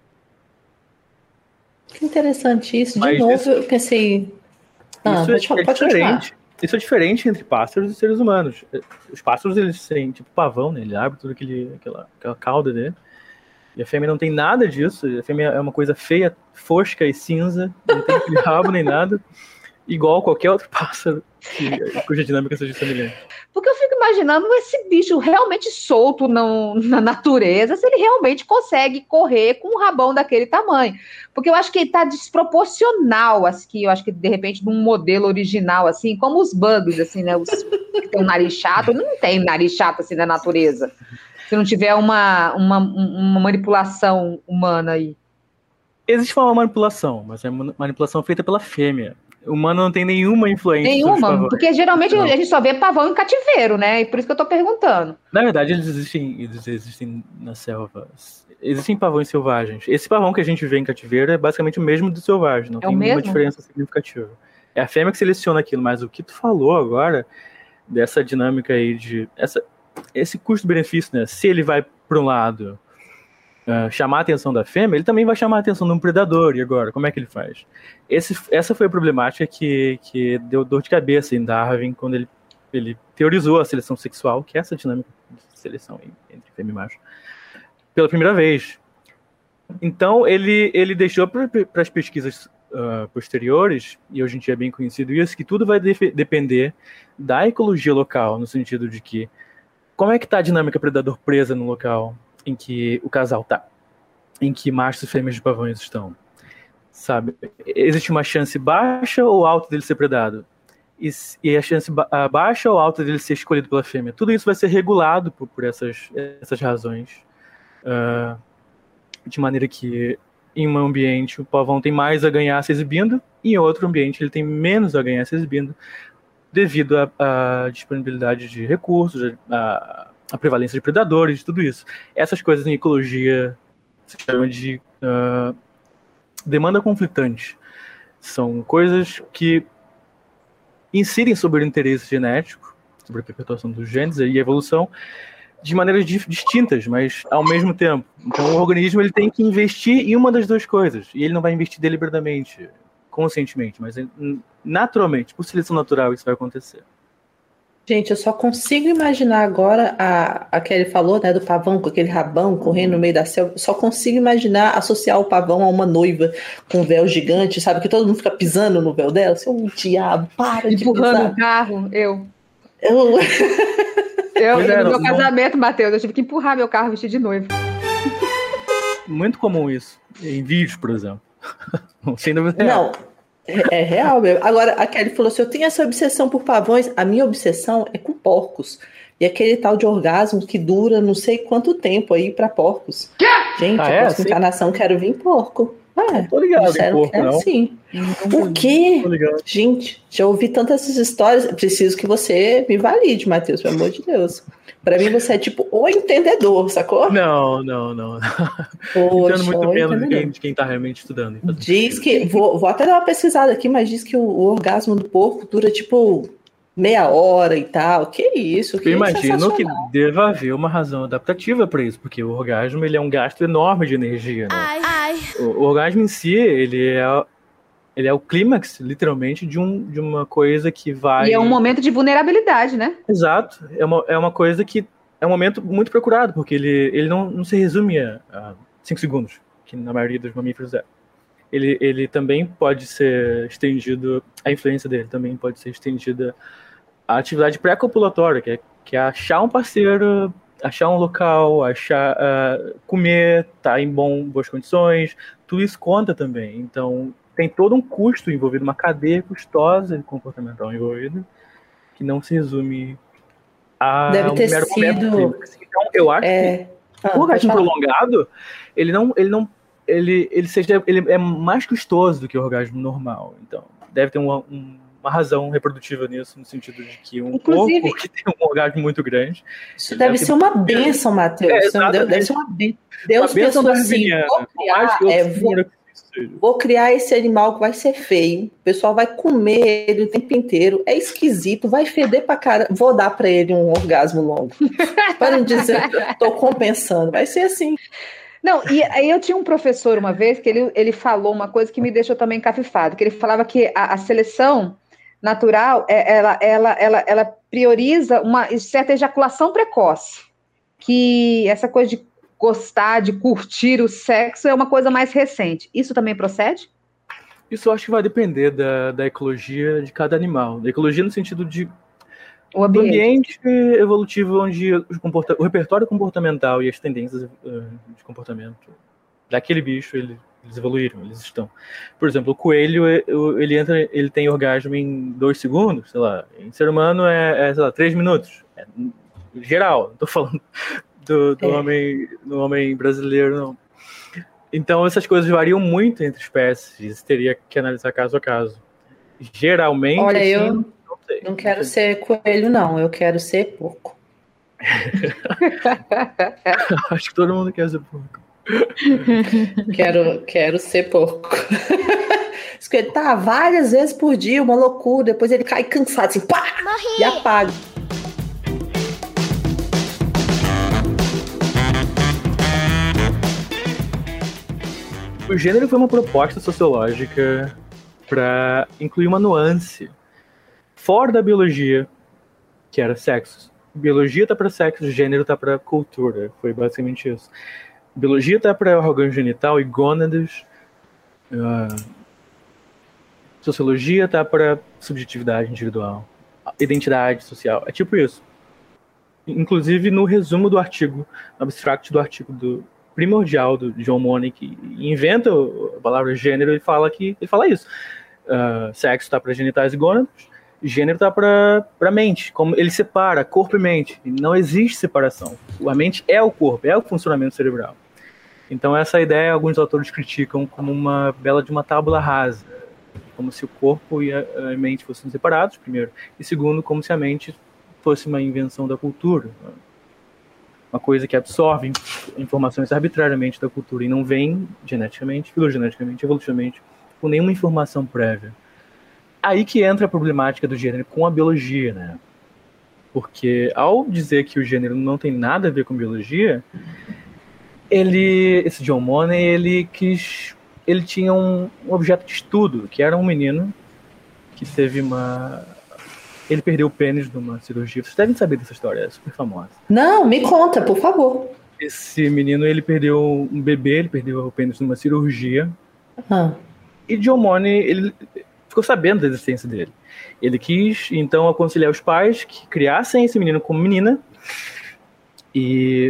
Que interessante isso. De Mas novo, isso, eu pensei... Ah, isso pode, é, é pode diferente. Isso é diferente entre pássaros e seres humanos. Os pássaros, eles têm, tipo, pavão, né? Ele abre toda aquele, aquela, aquela cauda dele. E a fêmea não tem nada disso. A fêmea é uma coisa feia, fosca e cinza. Não tem rabo nem nada. Igual qualquer outro pássaro que, cuja dinâmica seja semelhante. Porque eu fico imaginando esse bicho realmente solto no, na natureza, se ele realmente consegue correr com um rabão daquele tamanho. Porque eu acho que ele está desproporcional, assim, que eu acho que, de repente, num modelo original, assim, como os bugs, assim, né? Os que tem um nariz chato, não tem nariz chato assim na natureza. Se não tiver uma, uma, uma manipulação humana aí. Existe uma manipulação, mas é uma manipulação feita pela fêmea. O humano não tem nenhuma influência sobre os Nenhuma, pavões. porque geralmente Não. a gente só vê pavão em cativeiro, né? E por isso que eu tô perguntando. Na verdade, eles existem, eles existem na selva. Existem pavões selvagens. Esse pavão que a gente vê em cativeiro é basicamente o mesmo do selvagem, não É tem o nenhuma mesmo? diferença significativa. É a fêmea que seleciona aquilo, mas o que tu falou agora, dessa dinâmica aí de... Essa, esse custo-benefício, né? Se ele vai para um lado... Uh, chamar a atenção da fêmea, ele também vai chamar a atenção de um predador. E agora, como é que ele faz? Esse, essa foi a problemática que, que deu dor de cabeça em Darwin quando ele, ele teorizou a seleção sexual, que é essa dinâmica de seleção entre fêmea e macho, pela primeira vez. Então, ele, ele deixou para as pesquisas uh, posteriores, e hoje em dia é bem conhecido isso, que tudo vai def- depender da ecologia local, no sentido de que como é que está a dinâmica predador presa no local em que o casal tá, em que machos e fêmeas de pavões estão, sabe? Existe uma chance baixa ou alta dele ser predado? E, e a chance ba- baixa ou alta dele ser escolhido pela fêmea? Tudo isso vai ser regulado por, por essas, essas razões, uh, de maneira que em um ambiente o pavão tem mais a ganhar se exibindo, e em outro ambiente ele tem menos a ganhar se exibindo, devido à disponibilidade de recursos, a a prevalência de predadores, tudo isso. Essas coisas em ecologia se chamam de uh, demanda conflitante. São coisas que incidem sobre o interesse genético, sobre a perpetuação dos genes e a evolução, de maneiras di- distintas, mas ao mesmo tempo. Então o organismo ele tem que investir em uma das duas coisas, e ele não vai investir deliberadamente, conscientemente, mas naturalmente, por seleção natural, isso vai acontecer. Gente, eu só consigo imaginar agora a, a Kelly falou, né, do pavão com aquele rabão correndo no meio da selva. Só consigo imaginar associar o pavão a uma noiva com um véu gigante, sabe? Que todo mundo fica pisando no véu dela. Seu um diabo, para de empurrando pisar. o carro, eu. Eu, eu é, no meu não... casamento, Matheus, eu tive que empurrar meu carro vestido de noiva. Muito comum isso. Em vídeos, por exemplo. Sem dúvida. Não. É real mesmo. Agora, a Kelly falou assim, eu tenho essa obsessão por pavões. A minha obsessão é com porcos. E aquele tal de orgasmo que dura não sei quanto tempo aí pra porcos. Gente, ah, a é? próxima encarnação quero vir porco. É, não tô ligado em porco, que é não. assim. Não, o quê? não Gente, já ouvi tantas essas histórias. Preciso que você me valide, Matheus, pelo amor de Deus. Pra mim você é tipo o entendedor, sacou? Não, não, não. Poxa, entendo muito menos de quem, de quem tá realmente estudando. Diz que, vou, vou até dar uma pesquisada aqui, mas diz que o, o orgasmo do porco dura tipo meia hora e tal. Que isso? Que Eu imagino que deva haver uma razão adaptativa para isso, porque o orgasmo ele é um gasto enorme de energia. Né? Ai, ai. O, o orgasmo em si, ele é, ele é o clímax, literalmente, de, um, de uma coisa que vai... E é um momento de vulnerabilidade, né? Exato. É uma, é uma coisa que é um momento muito procurado, porque ele, ele não, não se resume a cinco segundos, que na maioria dos mamíferos é. Ele, ele também pode ser estendido, a influência dele também pode ser estendida à atividade pré-copulatória, que é, que é achar um parceiro, achar um local, achar, uh, comer, estar tá em bom, boas condições, tudo isso conta também. Então, tem todo um custo envolvido, uma cadeia custosa comportamental envolvida, que não se resume a Deve um ter mero sido... momento. Então, eu acho é... que ah, o orgasmo prolongado, ele não... Ele não Ele, ele, seja, ele é mais custoso do que o orgasmo normal. Então, deve ter uma, uma razão reprodutiva nisso, no sentido de que um Inclusive, corpo que tem um orgasmo muito grande... Isso deve ser uma bênção, Matheus. É, deve ser uma bênção. Deus pensou assim, vou criar, é, vou, vou criar esse animal que vai ser feio, o pessoal vai comer ele o tempo inteiro, é esquisito, vai feder pra cara, vou dar pra ele um orgasmo longo. Para não dizer, tô compensando, vai ser assim. Não, e aí eu tinha um professor uma vez que ele, ele falou uma coisa que me deixou também encafifado, que ele falava que a, a seleção natural, é, ela, ela, ela, ela prioriza uma certa ejaculação precoce, que essa coisa de gostar, de curtir o sexo é uma coisa mais recente. Isso também procede? Isso eu acho que vai depender da, da ecologia de cada animal. Da ecologia no sentido de o ambiente. Do ambiente evolutivo onde o, comporta- o repertório comportamental e as tendências uh, de comportamento daquele bicho, ele, eles evoluíram, eles estão. Por exemplo, o coelho, ele entra, ele tem orgasmo em dois segundos, sei lá. Em ser humano é, é sei lá, três minutos. É, geral, não tô falando do, do, é. homem, do homem brasileiro, não. Então, essas coisas variam muito entre espécies, teria que analisar caso a caso. Geralmente, Olha, assim, eu... Não quero ser coelho, não. Eu quero ser porco. Acho que todo mundo quer ser porco. Quero, quero ser porco. Ele tá várias vezes por dia, uma loucura. Depois ele cai cansado, assim, pá! Morri. E apaga. O gênero foi uma proposta sociológica para incluir uma nuance fora da biologia, que era sexo. Biologia tá para sexo, gênero tá para cultura. Foi basicamente isso. Biologia tá para órgão genital e gônadas. Uh, sociologia tá para subjetividade individual. Identidade social. É tipo isso. Inclusive, no resumo do artigo, no abstract do artigo do primordial do John Money, que inventa a palavra gênero, ele fala, que, ele fala isso. Uh, sexo tá para genitais e gônadas. Gênero tá para a mente, como ele separa corpo e mente. Não existe separação. A mente é o corpo, é o funcionamento cerebral. Então essa ideia alguns autores criticam como uma bela de uma tábula rasa, como se o corpo e a, a mente fossem separados, primeiro, e segundo, como se a mente fosse uma invenção da cultura, uma coisa que absorve informações arbitrariamente da cultura e não vem geneticamente, filogeneticamente, evolutivamente, com nenhuma informação prévia. Aí que entra a problemática do gênero com a biologia, né? Porque ao dizer que o gênero não tem nada a ver com biologia, ele, esse John Money, ele quis, ele tinha um, um objeto de estudo, que era um menino que teve uma, ele perdeu o pênis numa cirurgia. Vocês devem saber dessa história, é super famosa. Não, me conta, por favor. Esse menino, ele perdeu um bebê, ele perdeu o pênis numa cirurgia. Ah. E John Money, ele ficou sabendo da existência dele. Ele quis, então, aconselhar os pais que criassem esse menino como menina. E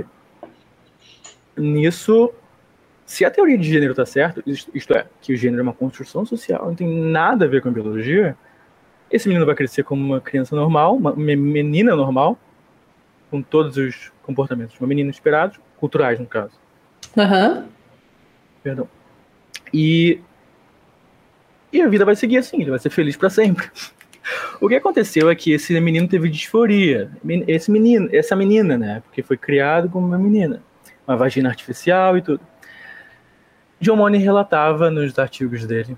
nisso, se a teoria de gênero está certa, isto é, que o gênero é uma construção social, não tem nada a ver com a biologia, esse menino vai crescer como uma criança normal, uma menina normal, com todos os comportamentos de uma menina esperados, culturais, no caso. Aham. Uhum. Perdão. E, e a vida vai seguir assim, ele vai ser feliz para sempre. O que aconteceu é que esse menino teve disforia. Esse menino, essa menina, né? Porque foi criado como uma menina. Uma vagina artificial e tudo. John Money relatava nos artigos dele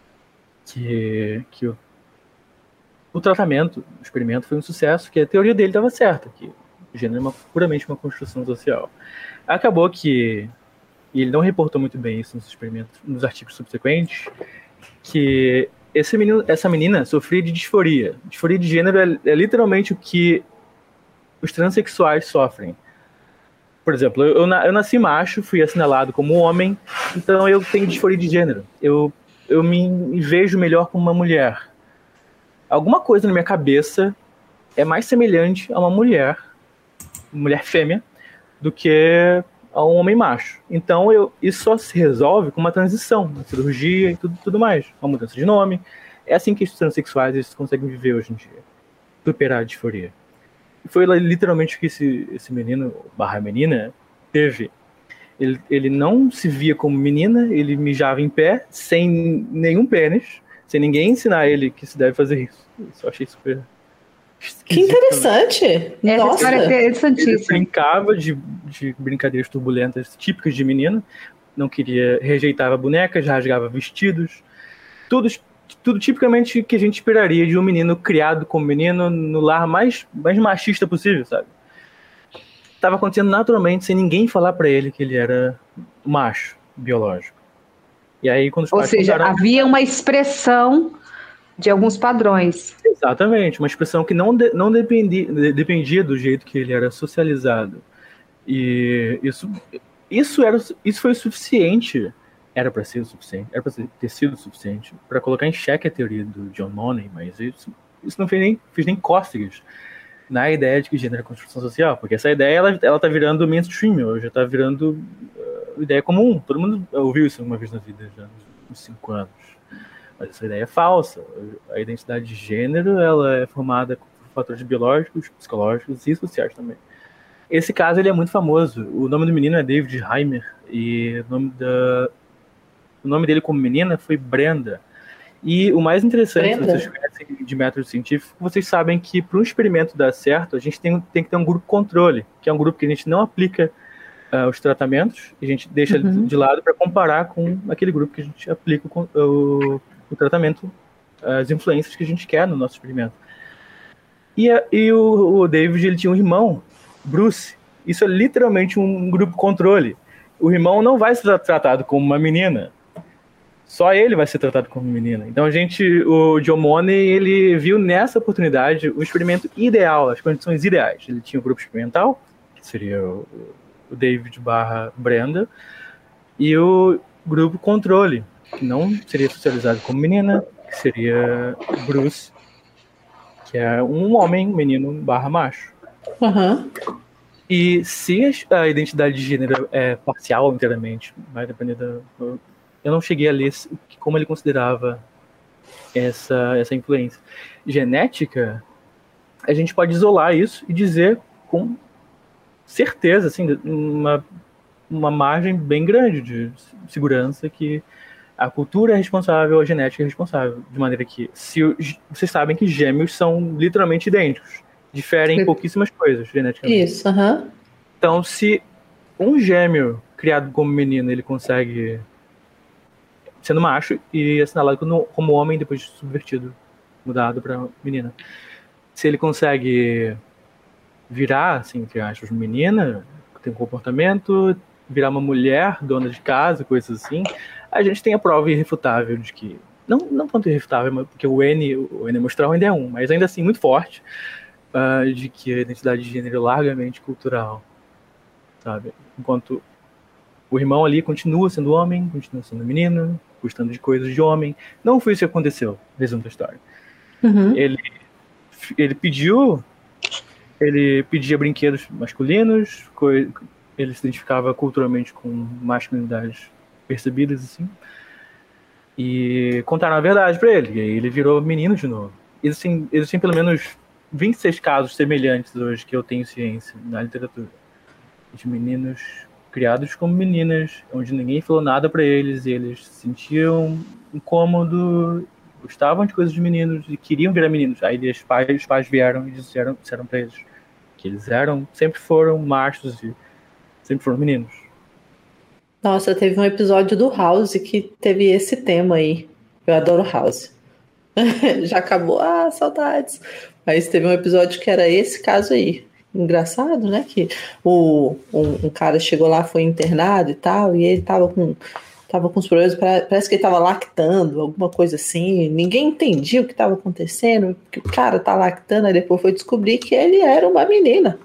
que, que o, o tratamento, o experimento foi um sucesso, que a teoria dele estava certa, que o gênero é uma, puramente uma construção social. Acabou que, e ele não reportou muito bem isso nos experimentos, nos artigos subsequentes, que esse menino, essa menina sofria de disforia. Disforia de gênero é, é literalmente o que os transexuais sofrem. Por exemplo, eu, eu nasci macho, fui assinalado como homem, então eu tenho disforia de gênero. Eu, eu me vejo melhor como uma mulher. Alguma coisa na minha cabeça é mais semelhante a uma mulher, mulher fêmea, do que a um homem macho. Então eu, isso só se resolve com uma transição, uma cirurgia e tudo, tudo mais. Uma mudança de nome. É assim que os transexuais eles conseguem viver hoje em dia. Superar a disforia. E foi literalmente o que esse, esse menino, barra menina, teve. Ele, ele não se via como menina, ele mijava em pé, sem nenhum pênis, sem ninguém ensinar ele que se deve fazer isso. Isso eu achei super... Que interessante! Essa Nossa! história é interessantíssima. Ele brincava de, de brincadeiras turbulentas típicas de menino, não queria, rejeitava bonecas, rasgava vestidos, tudo, tudo tipicamente que a gente esperaria de um menino criado como menino no lar mais, mais machista possível, sabe? Estava acontecendo naturalmente, sem ninguém falar para ele que ele era macho, biológico. E aí, quando os Ou pais seja, contaram... havia uma expressão de alguns padrões. Exatamente, uma expressão que não, de, não dependia, de, dependia do jeito que ele era socializado. E isso, isso, era, isso foi o suficiente, era para ser o suficiente, era para ter sido o suficiente para colocar em xeque a teoria do John Money, mas isso, isso não fez nem, fez nem cócegas na ideia de que gênero é construção social, porque essa ideia ela, ela tá virando mainstream, hoje está virando uh, ideia comum, todo mundo ouviu isso alguma vez na vida, já nos cinco anos. Mas essa ideia é falsa. A identidade de gênero ela é formada por fatores biológicos, psicológicos e sociais também. Esse caso ele é muito famoso. O nome do menino é David Heimer e o nome, da... o nome dele como menina foi Brenda. E o mais interessante, se vocês conhecem de método científico, vocês sabem que para um experimento dar certo, a gente tem, tem que ter um grupo controle, que é um grupo que a gente não aplica uh, os tratamentos, a gente deixa uhum. de lado para comparar com aquele grupo que a gente aplica o, o o tratamento, as influências que a gente quer no nosso experimento. E, a, e o, o David, ele tinha um irmão, Bruce. Isso é literalmente um grupo controle. O irmão não vai ser tratado como uma menina. Só ele vai ser tratado como menina. Então a gente, o John Money, ele viu nessa oportunidade o experimento ideal, as condições ideais. Ele tinha o grupo experimental, que seria o, o David barra Brenda, e o grupo controle, que não seria socializado como menina, que seria Bruce, que é um homem, menino barra macho. Uhum. E se a identidade de gênero é parcial inteiramente, vai depender da... Eu não cheguei a ler como ele considerava essa, essa influência genética. A gente pode isolar isso e dizer com certeza, assim, uma, uma margem bem grande de segurança que a cultura é responsável, a genética é responsável. De maneira que, se vocês sabem que gêmeos são literalmente idênticos, diferem em pouquíssimas coisas geneticamente. Isso, aham. Uhum. Então, se um gêmeo criado como menino, ele consegue, sendo macho, e assinalado como, como homem, depois subvertido, mudado para menina. Se ele consegue virar, assim, entre aspas, menina, tem um comportamento, virar uma mulher, dona de casa, coisas assim, a gente tem a prova irrefutável de que não, não tanto irrefutável, porque o N, o N amostral ainda é um, mas ainda assim muito forte, uh, de que a identidade de gênero é largamente cultural, sabe? Enquanto o irmão ali continua sendo homem, continua sendo menino, gostando de coisas de homem. Não foi isso que aconteceu, resumo da história. Uhum. Ele, ele pediu, ele pedia brinquedos masculinos, ele se identificava culturalmente com masculinidades percebidas, assim, e contaram a verdade pra ele, e aí ele virou menino de novo. Existem, existem pelo menos vinte e seis casos semelhantes hoje que eu tenho ciência na literatura, de meninos criados como meninas, onde ninguém falou nada pra eles, e eles se sentiam incômodo, gostavam de coisas de meninos e queriam virar meninos. Aí os pais, os pais vieram e disseram, disseram pra eles que eles eram, sempre foram machos e sempre foram meninos. Nossa, teve um episódio do House que teve esse tema aí. Eu adoro House. Já acabou, ah, saudades. Mas teve um episódio que era esse caso aí. Engraçado, né? Que o, um, um cara chegou lá, foi internado e tal, e ele tava com, tava com os problemas, parece que ele tava lactando, alguma coisa assim. Ninguém entendia o que estava acontecendo, que o cara tá lactando, aí depois foi descobrir que ele era uma menina.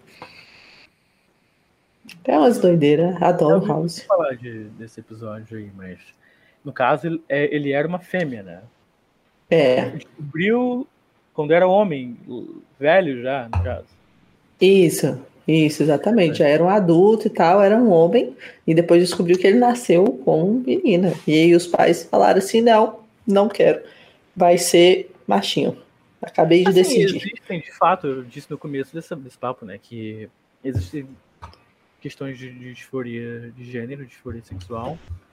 É umas doideiras, adoro House. Eu vou falar de, desse episódio aí, mas no caso ele, é, ele era uma fêmea, né? É. Ele descobriu quando era homem, velho já, no caso. Isso, isso, exatamente. É. Já era um adulto e tal, era um homem, e depois descobriu que ele nasceu como menina. E aí os pais falaram assim, não, não quero, vai ser machinho. Acabei de assim, decidir. Existem, de fato, eu disse no começo desse, desse papo, né, que existem questões de, de disforia de gênero, disforia sexual,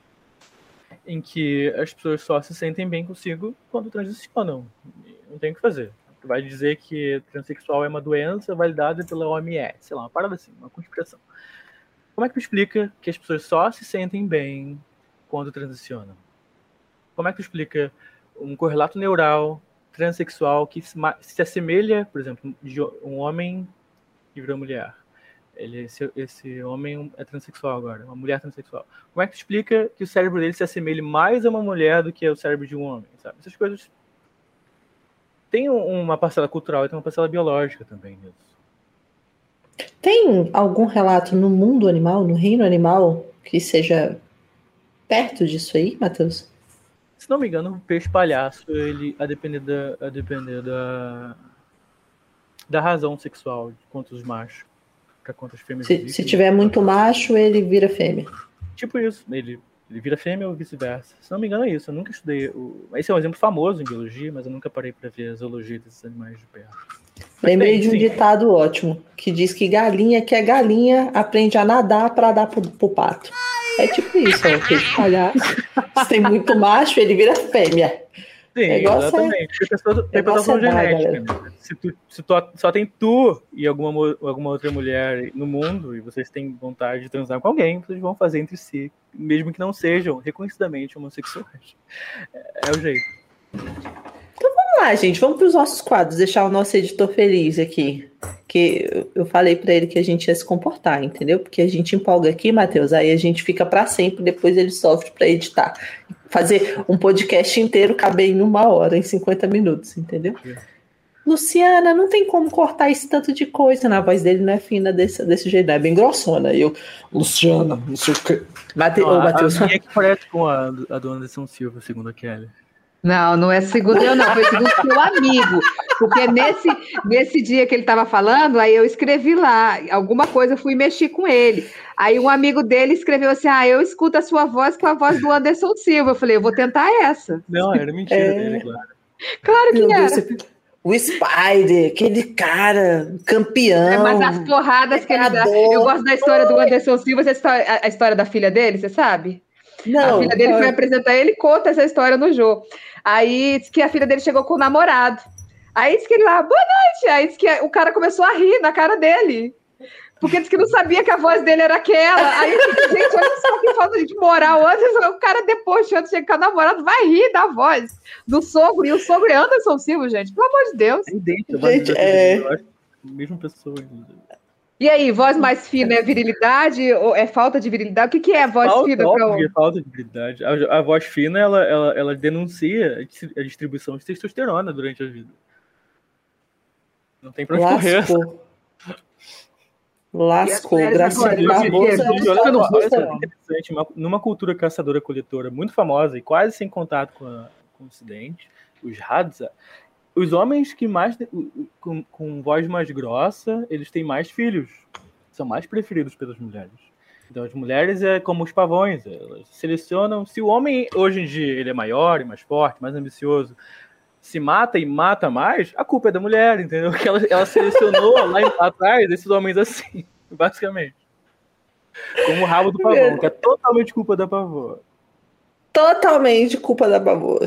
em que as pessoas só se sentem bem consigo quando transicionam. Não tem o que fazer. Vai dizer que transexual é uma doença validada pela O M S, sei lá, uma parada assim, uma conspiração. Como é que tu explica que as pessoas só se sentem bem quando transicionam? Como é que tu explica um correlato neural transexual que se assemelha, por exemplo, de um homem que virou mulher? Ele, esse, esse homem é transexual agora, uma mulher transexual. Como é que tu explica que o cérebro dele se assemelhe mais a uma mulher do que ao cérebro de um homem? Sabe? Essas coisas tem uma parcela cultural e tem uma parcela biológica também nisso. Tem algum relato no mundo animal, no reino animal, que seja perto disso aí, Matheus? Se não me engano, o peixe palhaço, ele, a depender da, a depender da, da razão sexual contra os machos, para contra as fêmeas. Se, se tiver muito macho, ele vira fêmea. Tipo isso, ele, ele vira fêmea ou vice-versa. Se não me engano é isso, eu nunca estudei. O, esse é um exemplo famoso em biologia, mas eu nunca parei para ver a zoologia desses animais de perto. Mas lembrei tem, de um sim. ditado ótimo, que diz que galinha que é galinha aprende a nadar para dar pro, pro pato. É tipo isso, ó, o peixe palhaço. Se tem muito macho, ele vira fêmea. Sim, exatamente. É, tem pessoa genética. Né? Se, tu, se tu, só tem tu e alguma, alguma outra mulher no mundo e vocês têm vontade de transar com alguém, vocês vão fazer entre si, mesmo que não sejam reconhecidamente homossexuais. É, é o jeito. Então vamos lá, gente. Vamos para os nossos quadros, deixar o nosso editor feliz aqui. Que eu falei para ele que a gente ia se comportar, entendeu? Porque a gente empolga aqui, Matheus, aí a gente fica para sempre, depois ele sofre para editar. Fazer um podcast inteiro caber em uma hora, em cinquenta minutos, entendeu? É. Luciana, não tem como cortar esse tanto de coisa. Na voz dele não é fina desse, desse jeito, é bem grossona. Eu, Luciana, não sei o que. Mate... Não, oh, Matheus. A minha é que parece com a, a do Anderson Silva, segundo a Kelly. Não, não é segundo eu, não, foi segundo o seu amigo. Porque nesse, nesse dia que ele estava falando, aí eu escrevi lá, alguma coisa, eu fui mexer com ele. Aí um amigo dele escreveu assim: ah, eu escuto a sua voz com a voz do Anderson Silva. Eu falei, eu vou tentar essa. Não, era mentira é... dele, claro. Claro que Meu era. Deus, o Spider, aquele cara, campeão. É, mas as porradas que ele dá. Eu gosto da história do Anderson Silva, a história, a história da filha dele, você sabe? Não. A filha dele foi apresentar ele e conta essa história no jogo. Aí disse que a filha dele chegou com o namorado. Aí disse que ele lá, boa noite. Aí disse que o cara começou a rir na cara dele. Porque disse que não sabia que a voz dele era aquela. Aí, gente, olha só que falta de moral. O cara depois, antes de chegar com o namorado, vai rir da voz do sogro. E o sogro é Anderson Silva, gente. Pelo amor de Deus. É idêntico. Gente, é... Eu acho a mesma pessoa. E aí, voz mais fina é virilidade ou é falta de virilidade? O que, que é voz falta, fina para homem? Falta de virilidade. A, a voz fina, ela, ela, ela denuncia a distribuição de testosterona durante a vida. Não tem pra onde correr. Lascou, graças a Deus. Interessante, numa cultura caçadora-coletora muito famosa e quase sem contato com, a, com o Ocidente, os Hadza, os homens que mais com, com voz mais grossa, eles têm mais filhos, são mais preferidos pelas mulheres. Então as mulheres é como os pavões, elas selecionam. Se o homem hoje em dia ele é maior e mais forte, mais ambicioso, se mata e mata mais, a culpa é da mulher, entendeu? Que ela, ela selecionou lá atrás esses homens assim, basicamente. Como o rabo do pavão, que é totalmente culpa da pavô. Totalmente culpa da pavô.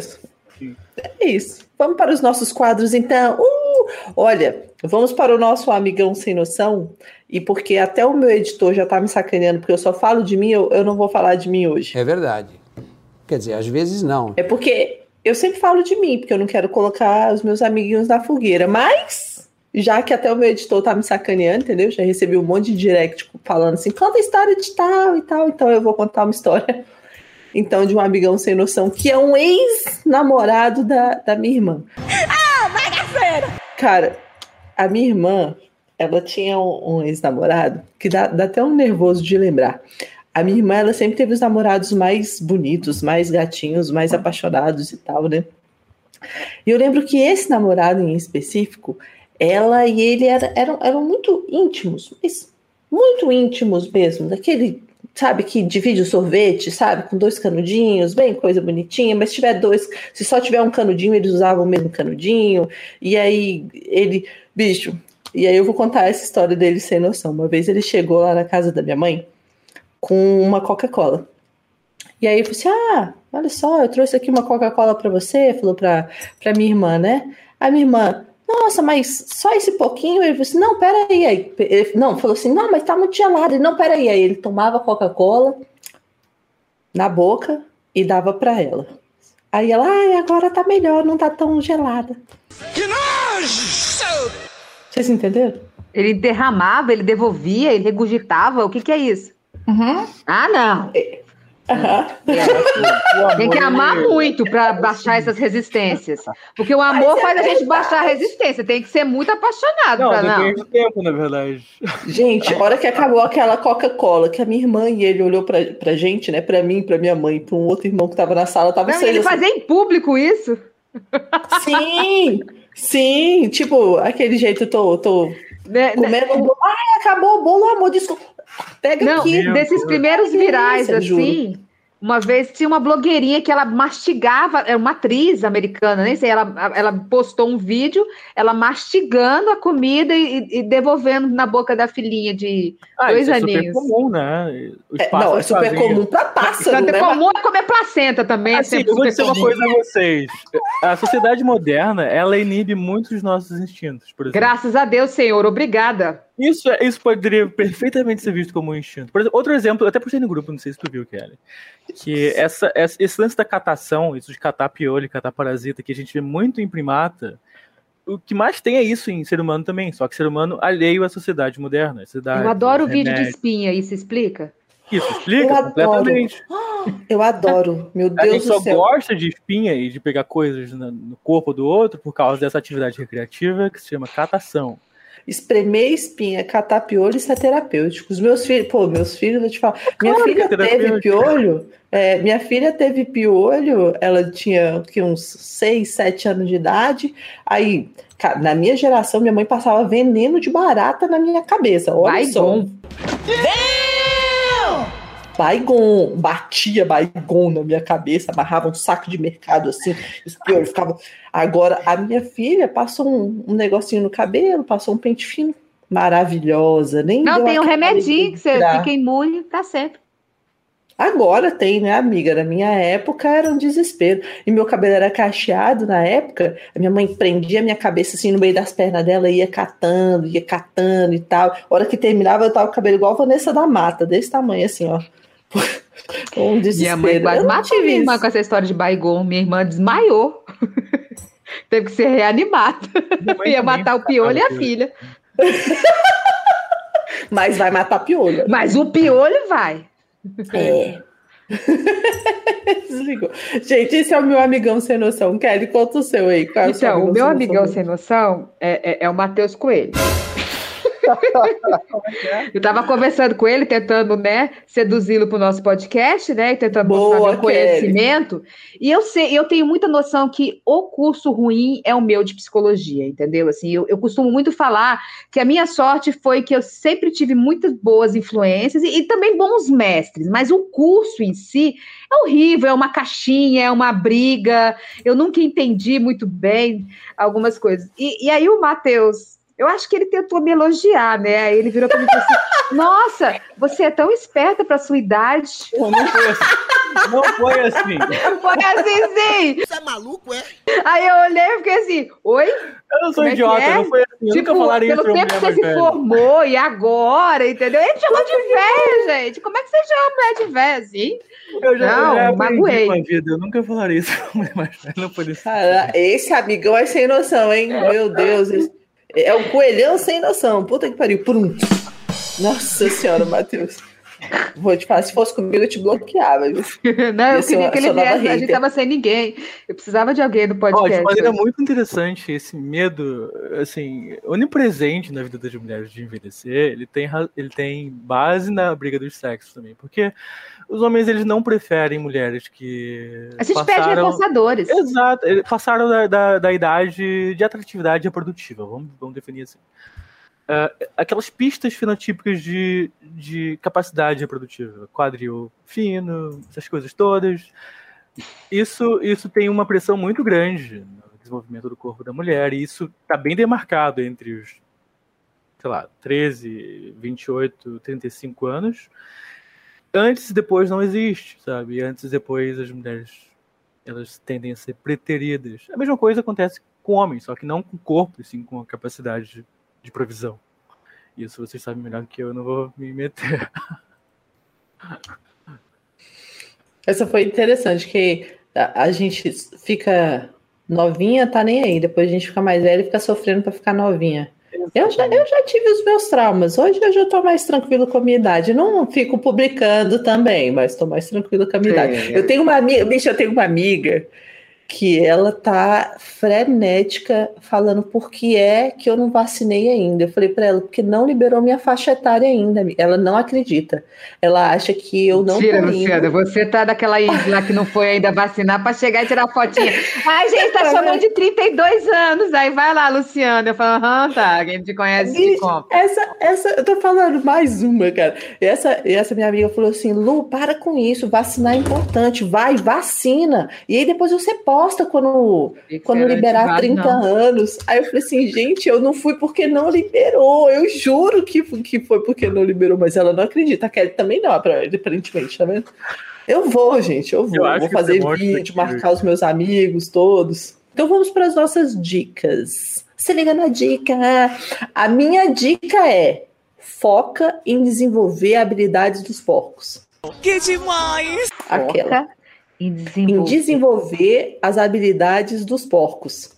É isso. Vamos para os nossos quadros, então. Uh! Olha, vamos para o nosso amigão sem noção. E porque até o meu editor já tá me sacaneando, porque eu só falo de mim, eu, eu não vou falar de mim hoje. É verdade. Quer dizer, às vezes não. É porque eu sempre falo de mim, porque eu não quero colocar os meus amiguinhos na fogueira. Mas, já que até o meu editor tá me sacaneando, entendeu? Já recebi um monte de direct falando assim, conta a história de tal e tal. Então eu vou contar uma história, então, de um amigão sem noção, que é um ex-namorado da, da minha irmã. Ah, bagaceira! Cara, a minha irmã, ela tinha um, um ex-namorado que dá, dá até um nervoso de lembrar. A minha irmã, ela sempre teve os namorados mais bonitos, mais gatinhos, mais apaixonados e tal, né? E eu lembro que esse namorado em específico, ela e ele era, eram, eram muito íntimos, mas muito íntimos mesmo, daquele, sabe, que divide o sorvete, sabe, com dois canudinhos, bem coisa bonitinha, mas se tiver dois, se só tiver um canudinho, eles usavam o mesmo canudinho, e aí ele, bicho, e aí eu vou contar essa história dele sem noção. Uma vez ele chegou lá na casa da minha mãe com uma Coca-Cola. E aí eu falei assim, ah, olha só, eu trouxe aqui uma Coca-Cola pra você, falou pra, pra minha irmã, né? A minha irmã, nossa, mas só esse pouquinho? Ele falou assim, não, peraí. Aí, ele, não, falou assim, não, mas tá muito gelado. Ele, não, peraí. Aí ele tomava a Coca-Cola na boca e dava pra ela. Aí ela, ai, agora tá melhor, não tá tão gelada. Que nojo! Vocês entenderam? Ele derramava, ele devolvia, ele regurgitava, o que que é isso? Uhum. Ah, não. É. Uhum. É. Tem que amar muito para baixar essas resistências. Porque o amor é faz a gente baixar a resistência. Tem que ser muito apaixonado. Não, pra não. depende do tempo, na verdade. Gente, a hora que acabou aquela Coca-Cola, que a minha irmã e ele olhou pra, pra gente, né? Pra mim, pra minha mãe, pra um outro irmão que tava na sala, tava não, ele assim. Fazia em público isso? Sim, sim. Tipo, aquele jeito, eu tô, tô né, comendo um bolo. Ai, acabou o bolo, amor, desculpa. Pega não, aqui. Desses primeiros virais, assim, juro. Uma vez tinha uma blogueirinha que ela mastigava, era uma atriz americana, nem sei, ela, ela postou um vídeo, ela mastigando a comida e, e devolvendo na boca da filhinha de ah, dois isso aninhos. É super comum, né? É, não, é super faziam. comum pra pássaro, é né? comum é comer placenta também. Assim, é eu vou dizer comum. Uma coisa a vocês. A sociedade moderna, ela inibe muito os nossos instintos, por exemplo. Graças a Deus, Senhor, obrigada. Isso, isso poderia perfeitamente ser visto como um instinto. Por exemplo, outro exemplo, eu até postei no grupo, não sei se tu viu, Kelly, que essa, essa, esse lance da catação, isso de catar piolho, catar parasita, que a gente vê muito em primata, o que mais tem é isso em ser humano também, só que ser humano alheio à sociedade moderna. À sociedade, eu adoro o vídeo de espinha, isso explica? Isso, explica eu completamente. Adoro. Eu adoro, meu Deus do céu. A gente só gosta de espinha e de pegar coisas no corpo do outro por causa dessa atividade recreativa que se chama catação. Espremer espinha, catar piolho, isso é terapêutico. Os meus filhos, pô, meus filhos, vou te falar. Minha claro filha é teve piolho, é, minha filha teve piolho, ela tinha que, uns seis, sete anos de idade. Aí, cara, na minha geração, minha mãe passava veneno de barata na minha cabeça. Olha Vai só. Bom. Baigon, batia Baigon na minha cabeça, amarrava um saco de mercado assim, os piolhos ficavam. Agora, a minha filha passou um, um negocinho no cabelo, passou um pente fino, maravilhosa. Nem não, tem um remedinho que você fica imune pra sempre. Agora tem, né, amiga? Na minha época era um desespero. E meu cabelo era cacheado na época, a minha mãe prendia a minha cabeça assim no meio das pernas dela, ia catando, ia catando e tal. A hora que terminava, eu tava com o cabelo igual a Vanessa da Mata, desse tamanho assim, ó. Um desespero. Minha mãe quase matou minha irmã com essa história de Baigon. Minha irmã desmaiou. Teve que ser reanimada. Ia matar o piolho e a filha. Mas vai matar piolho. Mas o piolho vai. É. Desligou. Gente, esse é o meu amigão sem noção. Kelly, conta o seu aí. Qual é o seu Então, o meu sem amigão noção? sem noção é, é, é o Matheus Coelho. Eu estava conversando com ele, tentando, né, seduzi-lo para o nosso podcast, né, e tentando Boa, mostrar meu Kelly. conhecimento. E eu sei, eu tenho muita noção que o curso ruim é o meu de psicologia, entendeu? Assim, eu, eu costumo muito falar que a minha sorte foi que eu sempre tive muitas boas influências e, e também bons mestres, mas o curso em si é horrível, é uma caixinha, é uma briga. Eu nunca entendi muito bem algumas coisas. E, e aí o Matheus, eu acho que ele tentou me elogiar, né? Aí ele virou para mim e falou assim: nossa, você é tão esperta para sua idade. Não, não foi assim. Não foi assim. Foi assim, sim. Você é maluco, é? Aí eu olhei e fiquei assim: oi? Eu não sou Como é que idiota, é? não foi assim. Eu Tipo, nunca falaria isso pelo pra tempo que mulher você mais se velha. formou e agora, entendeu? Ele chamou de velha, gente. Como é que você chama mulher de velha assim? Eu já, Não, eu já aprendi magoei. com a vida. Eu nunca falaria isso pra mulher mais velha. Não foi desse Cara, esse amigão é sem noção, hein? Meu Deus. esse- É um coelhão sem noção. Puta que pariu. Prum. Nossa senhora, Matheus. Vou te falar, se fosse comigo, eu te bloqueava. viu? Não, eu Ia ser queria uma- que ele sua nova viesse, a gente hater. tava sem ninguém. Eu precisava de alguém no Ó, de podcast. maneira hoje. muito interessante, esse medo, assim, onipresente na vida das mulheres de envelhecer, ele tem, ra- ele tem base na briga dos sexos também, porque os homens, eles não preferem mulheres que A gente pede reforçadores. Exato, eles passaram da, da, da idade de atratividade reprodutiva, vamos, vamos definir assim. Ah, aquelas pistas fenotípicas de, de capacidade reprodutiva, quadril fino, essas coisas todas. Isso, isso tem uma pressão muito grande no desenvolvimento do corpo da mulher, e isso está bem demarcado entre os, sei lá, treze, vinte e oito, trinta e cinco anos. Antes e depois não existe, sabe? Antes e depois as mulheres, elas tendem a ser preteridas. A mesma coisa acontece com homens, só que não com o corpo, e sim com a capacidade de, de provisão. Isso vocês sabem melhor que eu, eu não vou me meter. Essa foi interessante, que a, a gente fica novinha, tá nem aí. Depois a gente fica mais velha e fica sofrendo pra ficar novinha. Eu já, eu já tive os meus traumas. Hoje eu já tô mais tranquilo com a minha idade. Não fico publicando também, mas tô mais tranquilo com a minha idade. Sim. Eu tenho uma amiga, bicho, eu tenho uma amiga que ela tá frenética falando por que é que eu não vacinei ainda. Eu falei pra ela, porque não liberou minha faixa etária ainda. amiga. Ela não acredita. Ela acha que eu não Mentira, tô indo. Luciana, você tá daquela índia lá que não foi ainda vacinar para chegar e tirar fotinha. Ai, gente, tá chamando de trinta e dois anos. Aí vai lá, Luciana. Eu falo, aham, tá, quem te conhece te Bicho, compra. essa, essa, eu tô falando mais uma, cara. Essa, essa minha amiga falou assim: Lu, para com isso, vacinar é importante, vai, vacina. E aí depois você posta quando, quando liberar trinta anos. Aí eu falei assim: gente, eu não fui porque não liberou. Eu juro que, que foi porque não liberou, mas ela não acredita. A Kelly também não, aparentemente, tá vendo? Eu vou, gente, eu vou. Eu Eu acho vou que fazer você vídeo, mostra que- marcar os meus amigos todos. Então vamos para as nossas dicas. Se liga na dica. A minha dica é: foca em desenvolver habilidades dos porcos. Que demais! Aquela. Foca em Em desenvolver. desenvolver as habilidades dos porcos.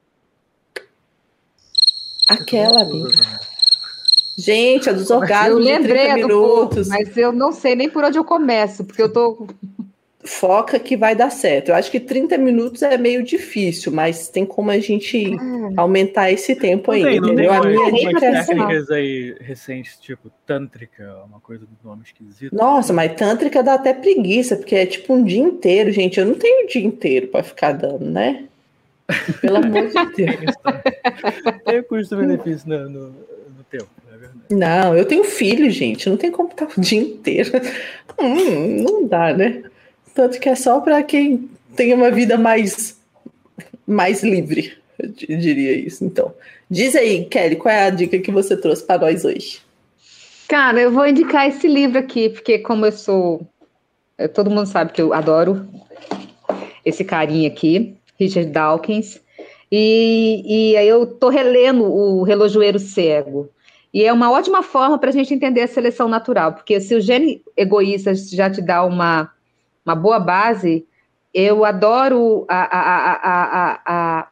Aquela, amiga. Gente, a dos Eu orgasmos de lembrei trinta a do porco, minutos. mas eu não sei nem por onde eu começo, porque eu tô. Foca que vai dar certo. Eu acho que trinta minutos é meio difícil, mas tem como a gente aumentar esse tempo Não ainda. tem, não tem entendeu? A umas, minha nem dica umas é essa aí. técnicas aí recentes, tipo tântrica, uma coisa do nome esquisito. Nossa, mas tântrica dá até preguiça, porque é tipo um dia inteiro, gente. Eu não tenho um dia inteiro pra ficar dando, né? Pelo amor de Deus. Tem isso também. Tem custo-benefício no, no, no tempo, é verdade. Não, eu tenho filho, gente. Não tem como estar o dia inteiro. Hum, não dá, né? Tanto que é só para quem tem uma vida mais, mais livre, eu diria isso. Então, diz aí, Kelly, qual é a dica que você trouxe para nós hoje? Cara, eu vou indicar esse livro aqui, porque como eu sou. eu- todo mundo sabe que eu adoro esse carinha aqui, Richard Dawkins. E, e aí eu tô relendo o Relojoeiro Cego. E é uma ótima forma para a gente entender a seleção natural, porque se o gene egoísta já te dá uma, uma boa base, eu adoro a, a, a, a, a,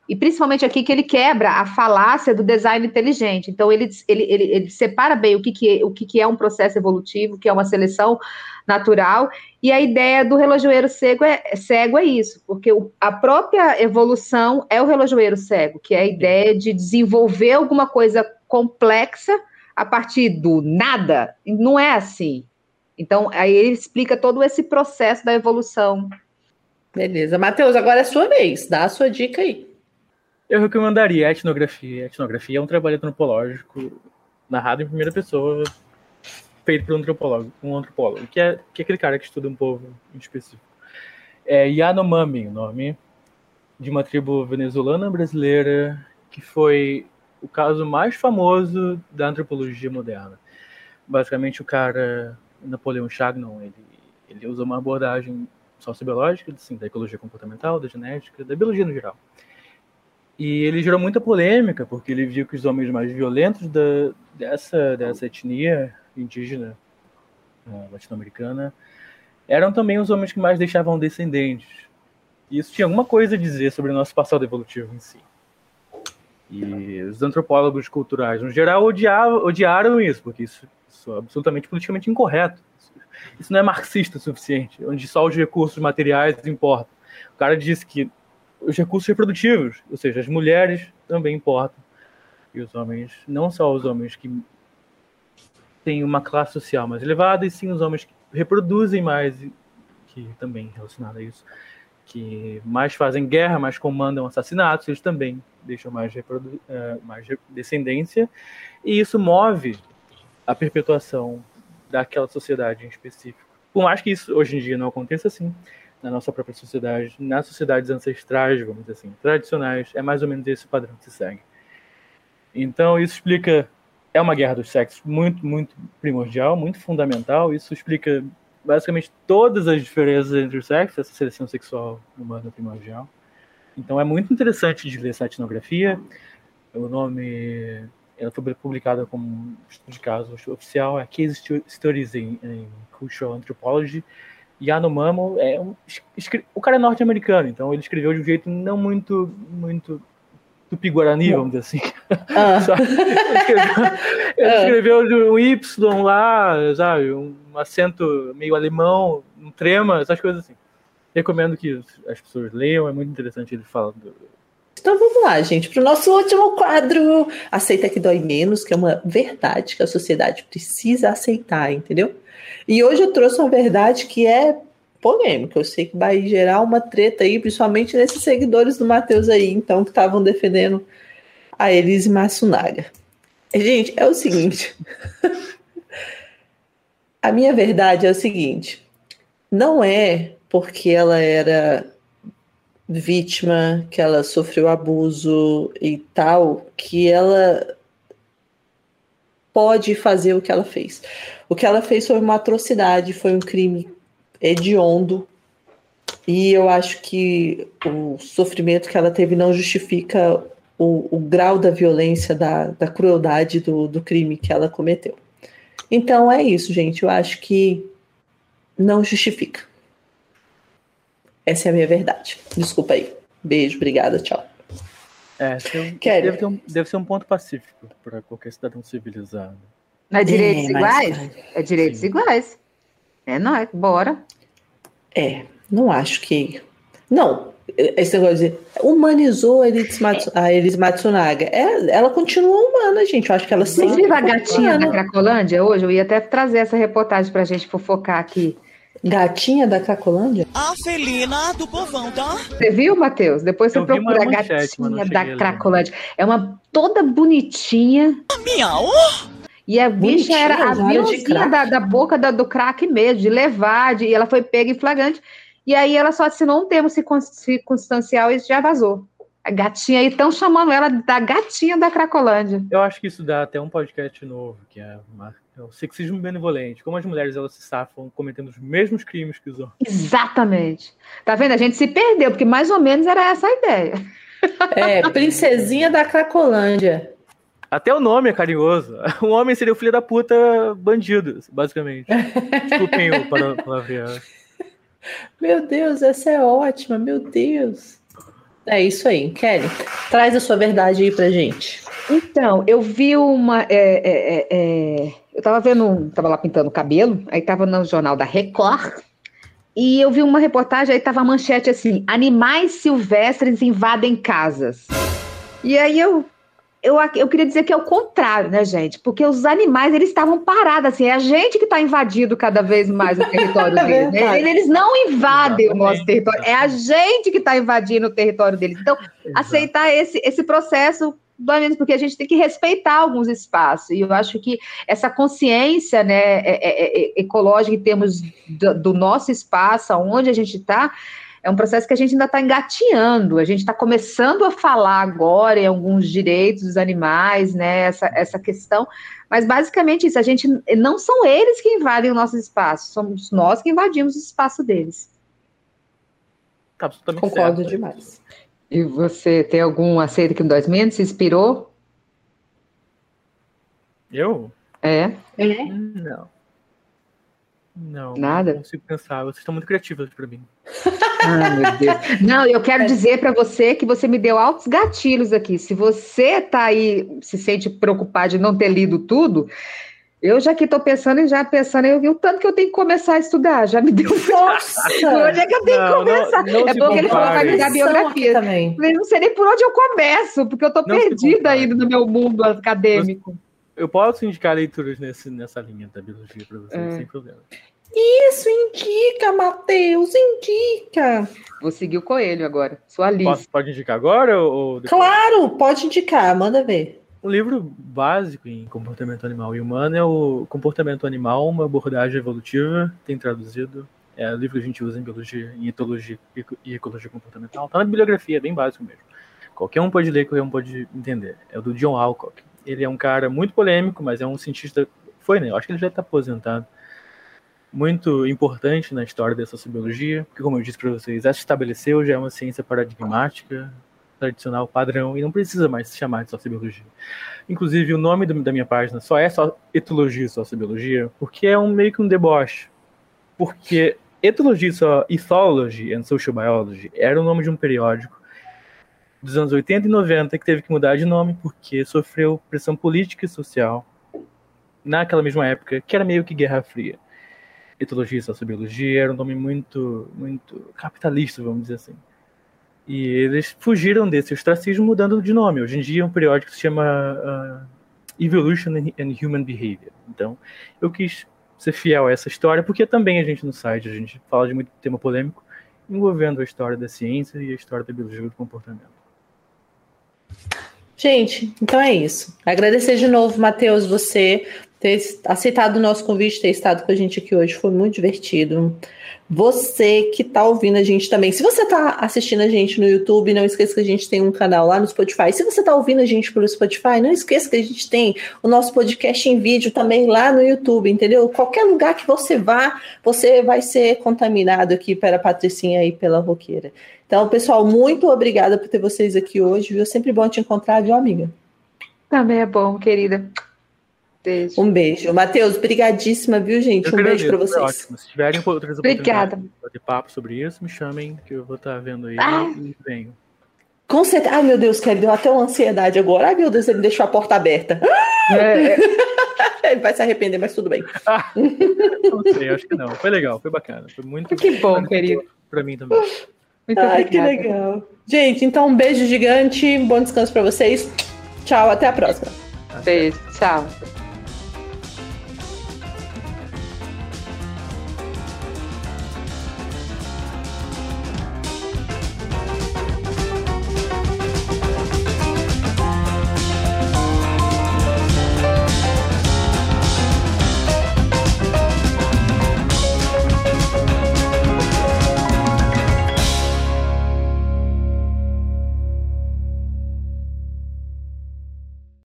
E principalmente aqui que ele quebra a falácia do design inteligente. Então, ele, ele, ele, ele separa bem o, que, que, o que, que é um processo evolutivo, o que é uma seleção natural, e a ideia do relojoeiro cego é, cego é isso, porque o, a própria evolução é o relojoeiro cego, que é a ideia de desenvolver alguma coisa complexa a partir do nada. Não é assim. Então, aí ele explica todo esse processo da evolução. Beleza. Matheus, agora é a sua vez. Dá a sua dica aí. Eu recomendaria a etnografia. A etnografia é um trabalho antropológico narrado em primeira pessoa, feito por um antropólogo, um antropólogo que, é, que é aquele cara que estuda um povo em específico. É Yanomami, o nome de uma tribo venezuelana brasileira, que foi o caso mais famoso da antropologia moderna. Basicamente, o cara, Napoleão Chagnon, ele, ele usa uma abordagem sociobiológica, assim, da ecologia comportamental, da genética, da biologia no geral. E ele gerou muita polêmica, porque ele viu que os homens mais violentos da, dessa, dessa etnia indígena uh, latino-americana eram também os homens que mais deixavam descendentes. E isso tinha alguma coisa a dizer sobre o nosso passado evolutivo em si. E os antropólogos culturais, no geral, odiavam, odiaram isso, porque isso, isso é absolutamente politicamente incorreto. Isso, isso não é marxista o suficiente, onde só os recursos materiais importam. O cara disse que os recursos reprodutivos, ou seja, as mulheres também importam. E os homens, não só os homens que têm uma classe social mais elevada, e sim os homens que reproduzem mais, que também relacionado a isso, que mais fazem guerra, mais comandam assassinatos, eles também deixam mais, reprodu- uh, mais descendência, e isso move a perpetuação daquela sociedade em específico. Por mais que isso hoje em dia não aconteça assim, na nossa própria sociedade, nas sociedades ancestrais, vamos dizer assim, tradicionais, é mais ou menos esse o padrão que se segue. Então isso explica, é uma guerra dos sexos muito, muito primordial, muito fundamental, isso explica basicamente todas as diferenças entre os sexos, essa seleção sexual humana primordial. Então é muito interessante de ler essa etnografia. O nome, ela foi publicada como um estudo de caso oficial, é Case Studies in, in Cultural Anthropology. Yanomami é um, o cara é norte-americano, então ele escreveu de um jeito não muito, muito tupi-guarani, vamos dizer assim. Ah. ele escreveu, ele ah. escreveu de um Y lá, sabe, um acento meio alemão, um trema, essas coisas assim. Recomendo que as pessoas leiam, é muito interessante ele falando. Então vamos lá, gente, para o nosso último quadro. Aceita que dói menos, que é uma verdade que a sociedade precisa aceitar, entendeu? E hoje eu trouxe uma verdade que é polêmica. Eu sei que vai gerar uma treta aí, principalmente nesses seguidores do Matheus aí, então, que estavam defendendo a Elise Matsunaga. Gente, é o seguinte. A minha verdade é o seguinte. Não é porque ela era vítima, que ela sofreu abuso e tal, que ela pode fazer o que ela fez. O que ela fez foi uma atrocidade, foi um crime hediondo, e eu acho que o sofrimento que ela teve não justifica o, o grau da violência, da, da crueldade do, do crime que ela cometeu. Então é isso, gente, eu acho que não justifica. Essa é a minha verdade. Desculpa aí. Beijo, obrigada, tchau. É, tem, deve, ter um, deve ser um ponto pacífico para qualquer cidadão civilizado. Não é direitos é, iguais? Mas... É direitos Sim. iguais. É, não é? Bora. É, não acho que... Não, esse negócio de humanizou a Elise, Matsu... a Elise Matsunaga. É, ela continua humana, gente. Eu acho que ela sempre... Você viu a gatinha humana. Da Cracolândia hoje? Eu ia até trazer essa reportagem pra gente fofocar aqui. Gatinha da Cracolândia? A felina do povão, tá? Você viu, Matheus? Depois você eu procura a gatinha da Cracolândia. É uma toda bonitinha. Miau! E a bicha bonitinha, era a vilãzinha da, da boca da, do crack mesmo, de levar, de, e ela foi pega em flagrante. E aí ela só assinou um termo circunstancial e já vazou. A gatinha aí, estão chamando ela da gatinha da Cracolândia. Eu acho que isso dá até um podcast novo, que é uma... É o sexismo benevolente. Como as mulheres elas se safam cometendo os mesmos crimes que os homens. Exatamente. Tá vendo? A gente se perdeu, porque mais ou menos era essa a ideia. É, princesinha da Cracolândia. Até o nome é carinhoso. O homem seria o filho da puta bandido, basicamente. Desculpem o palavreado. Meu Deus, essa é ótima, meu Deus. É isso aí. Kelly, traz a sua verdade aí pra gente. Então, eu vi uma... É, é, é, eu tava vendo, tava lá pintando o cabelo, aí tava no jornal da Record, e eu vi uma reportagem, aí tava a manchete assim, animais silvestres invadem casas. E aí eu... Eu, eu queria dizer que é o contrário, né, gente? Porque os animais, eles estavam parados, assim, é a gente que está invadindo cada vez mais o território é deles. Né? Eles não invadem Exatamente. o nosso território, é a gente que está invadindo o território deles. Então, Exato. aceitar esse, esse processo, porque a gente tem que respeitar alguns espaços. E eu acho que essa consciência, né, é, é, é, ecológica em termos do, do nosso espaço, onde a gente está, é um processo que a gente ainda está engatinhando, a gente está começando a falar agora em alguns direitos dos animais, né, essa, essa questão, mas basicamente isso, a gente, não são eles que invadem o nosso espaço, somos nós que invadimos o espaço deles. Tá, Concordo certo. demais. E você tem algum aceito que nos menos se inspirou? Eu? É? É? Não. Não, Nada? Não consigo pensar. Vocês estão muito criativos para mim. Ah, meu Deus. Não, eu quero dizer para você que você me deu altos gatilhos aqui. Se você tá aí, se sente preocupado de não ter lido tudo, eu já que estou pensando e já pensando, eu vi o tanto que eu tenho que começar a estudar. Já me deu força. Onde é que eu tenho não, que começar? Não, não é bom que ele falou que vai me dar biografia. Também. Eu não sei nem por onde eu começo, porque eu estou perdida ainda no meu mundo acadêmico. Eu posso indicar leituras nesse, nessa linha da biologia para vocês, é. sem problema. Isso, indica, Matheus, indica. Vou seguir o Coelho agora, sua lista. Posso, pode indicar agora? Ou claro, pode indicar, manda ver. Um livro básico em comportamento animal e humano é o Comportamento Animal, uma abordagem evolutiva, tem traduzido. É o livro que a gente usa em biologia, em etologia e ecologia comportamental. Está na bibliografia, é bem básico mesmo. Qualquer um pode ler, qualquer um pode entender. É o do John Alcock. Ele é um cara muito polêmico, mas é um cientista... Foi, né? Eu acho que ele já está aposentado. Muito importante na história da sociobiologia, porque, como eu disse para vocês, já se estabeleceu, já é uma ciência paradigmática, tradicional, padrão, e não precisa mais se chamar de sociobiologia. Inclusive, o nome do, da minha página só é só etologia e sociobiologia, porque é um, meio que um deboche. Porque etologia só, Ethology and Social Biology era o nome de um periódico dos anos oitenta e noventa que teve que mudar de nome porque sofreu pressão política e social naquela mesma época, que era meio que Guerra Fria. Etologia e sociobiologia era um nome muito, muito capitalista, vamos dizer assim. E eles fugiram desse ostracismo mudando de nome. Hoje em dia é um periódico que se chama uh, Evolution and Human Behavior. Então, eu quis ser fiel a essa história, porque também a gente no site, a gente fala de muito tema polêmico, envolvendo a história da ciência e a história da biologia do comportamento. Gente, então é isso. Agradecer de novo, Matheus, você ter aceitado o nosso convite, ter estado com a gente aqui hoje, foi muito divertido. Você que está ouvindo a gente também, se você está assistindo a gente no YouTube, não esqueça que a gente tem um canal lá no Spotify. Se você está ouvindo a gente pelo Spotify, não esqueça que a gente tem o nosso podcast em vídeo também lá no YouTube, entendeu? Qualquer lugar que você vá, você vai ser contaminado aqui pela Patricinha e pela Roqueira. Então, pessoal, muito obrigada por ter vocês aqui hoje, viu? Sempre bom te encontrar, viu, amiga? Também é bom, querida. Beijo. Um beijo. Matheus, brigadíssima, viu, gente? Eu um beijo para vocês. Ótimo. Se tiverem outras oportunidades de papo sobre isso, me chamem, que eu vou estar vendo aí ah. e venho. Com certeza. Ai, meu Deus, Kelly, deu até uma ansiedade agora. Ai, meu Deus, ele deixou a porta aberta. É. Ele vai se arrepender, mas tudo bem. Ah, não sei, acho que não. Foi legal, foi bacana. Foi muito Que bom, querido. Para mim também. Muito Ai, obrigada. Que legal. Gente, então um beijo gigante, bom descanso para vocês. Tchau, até a próxima. Beijo, tchau.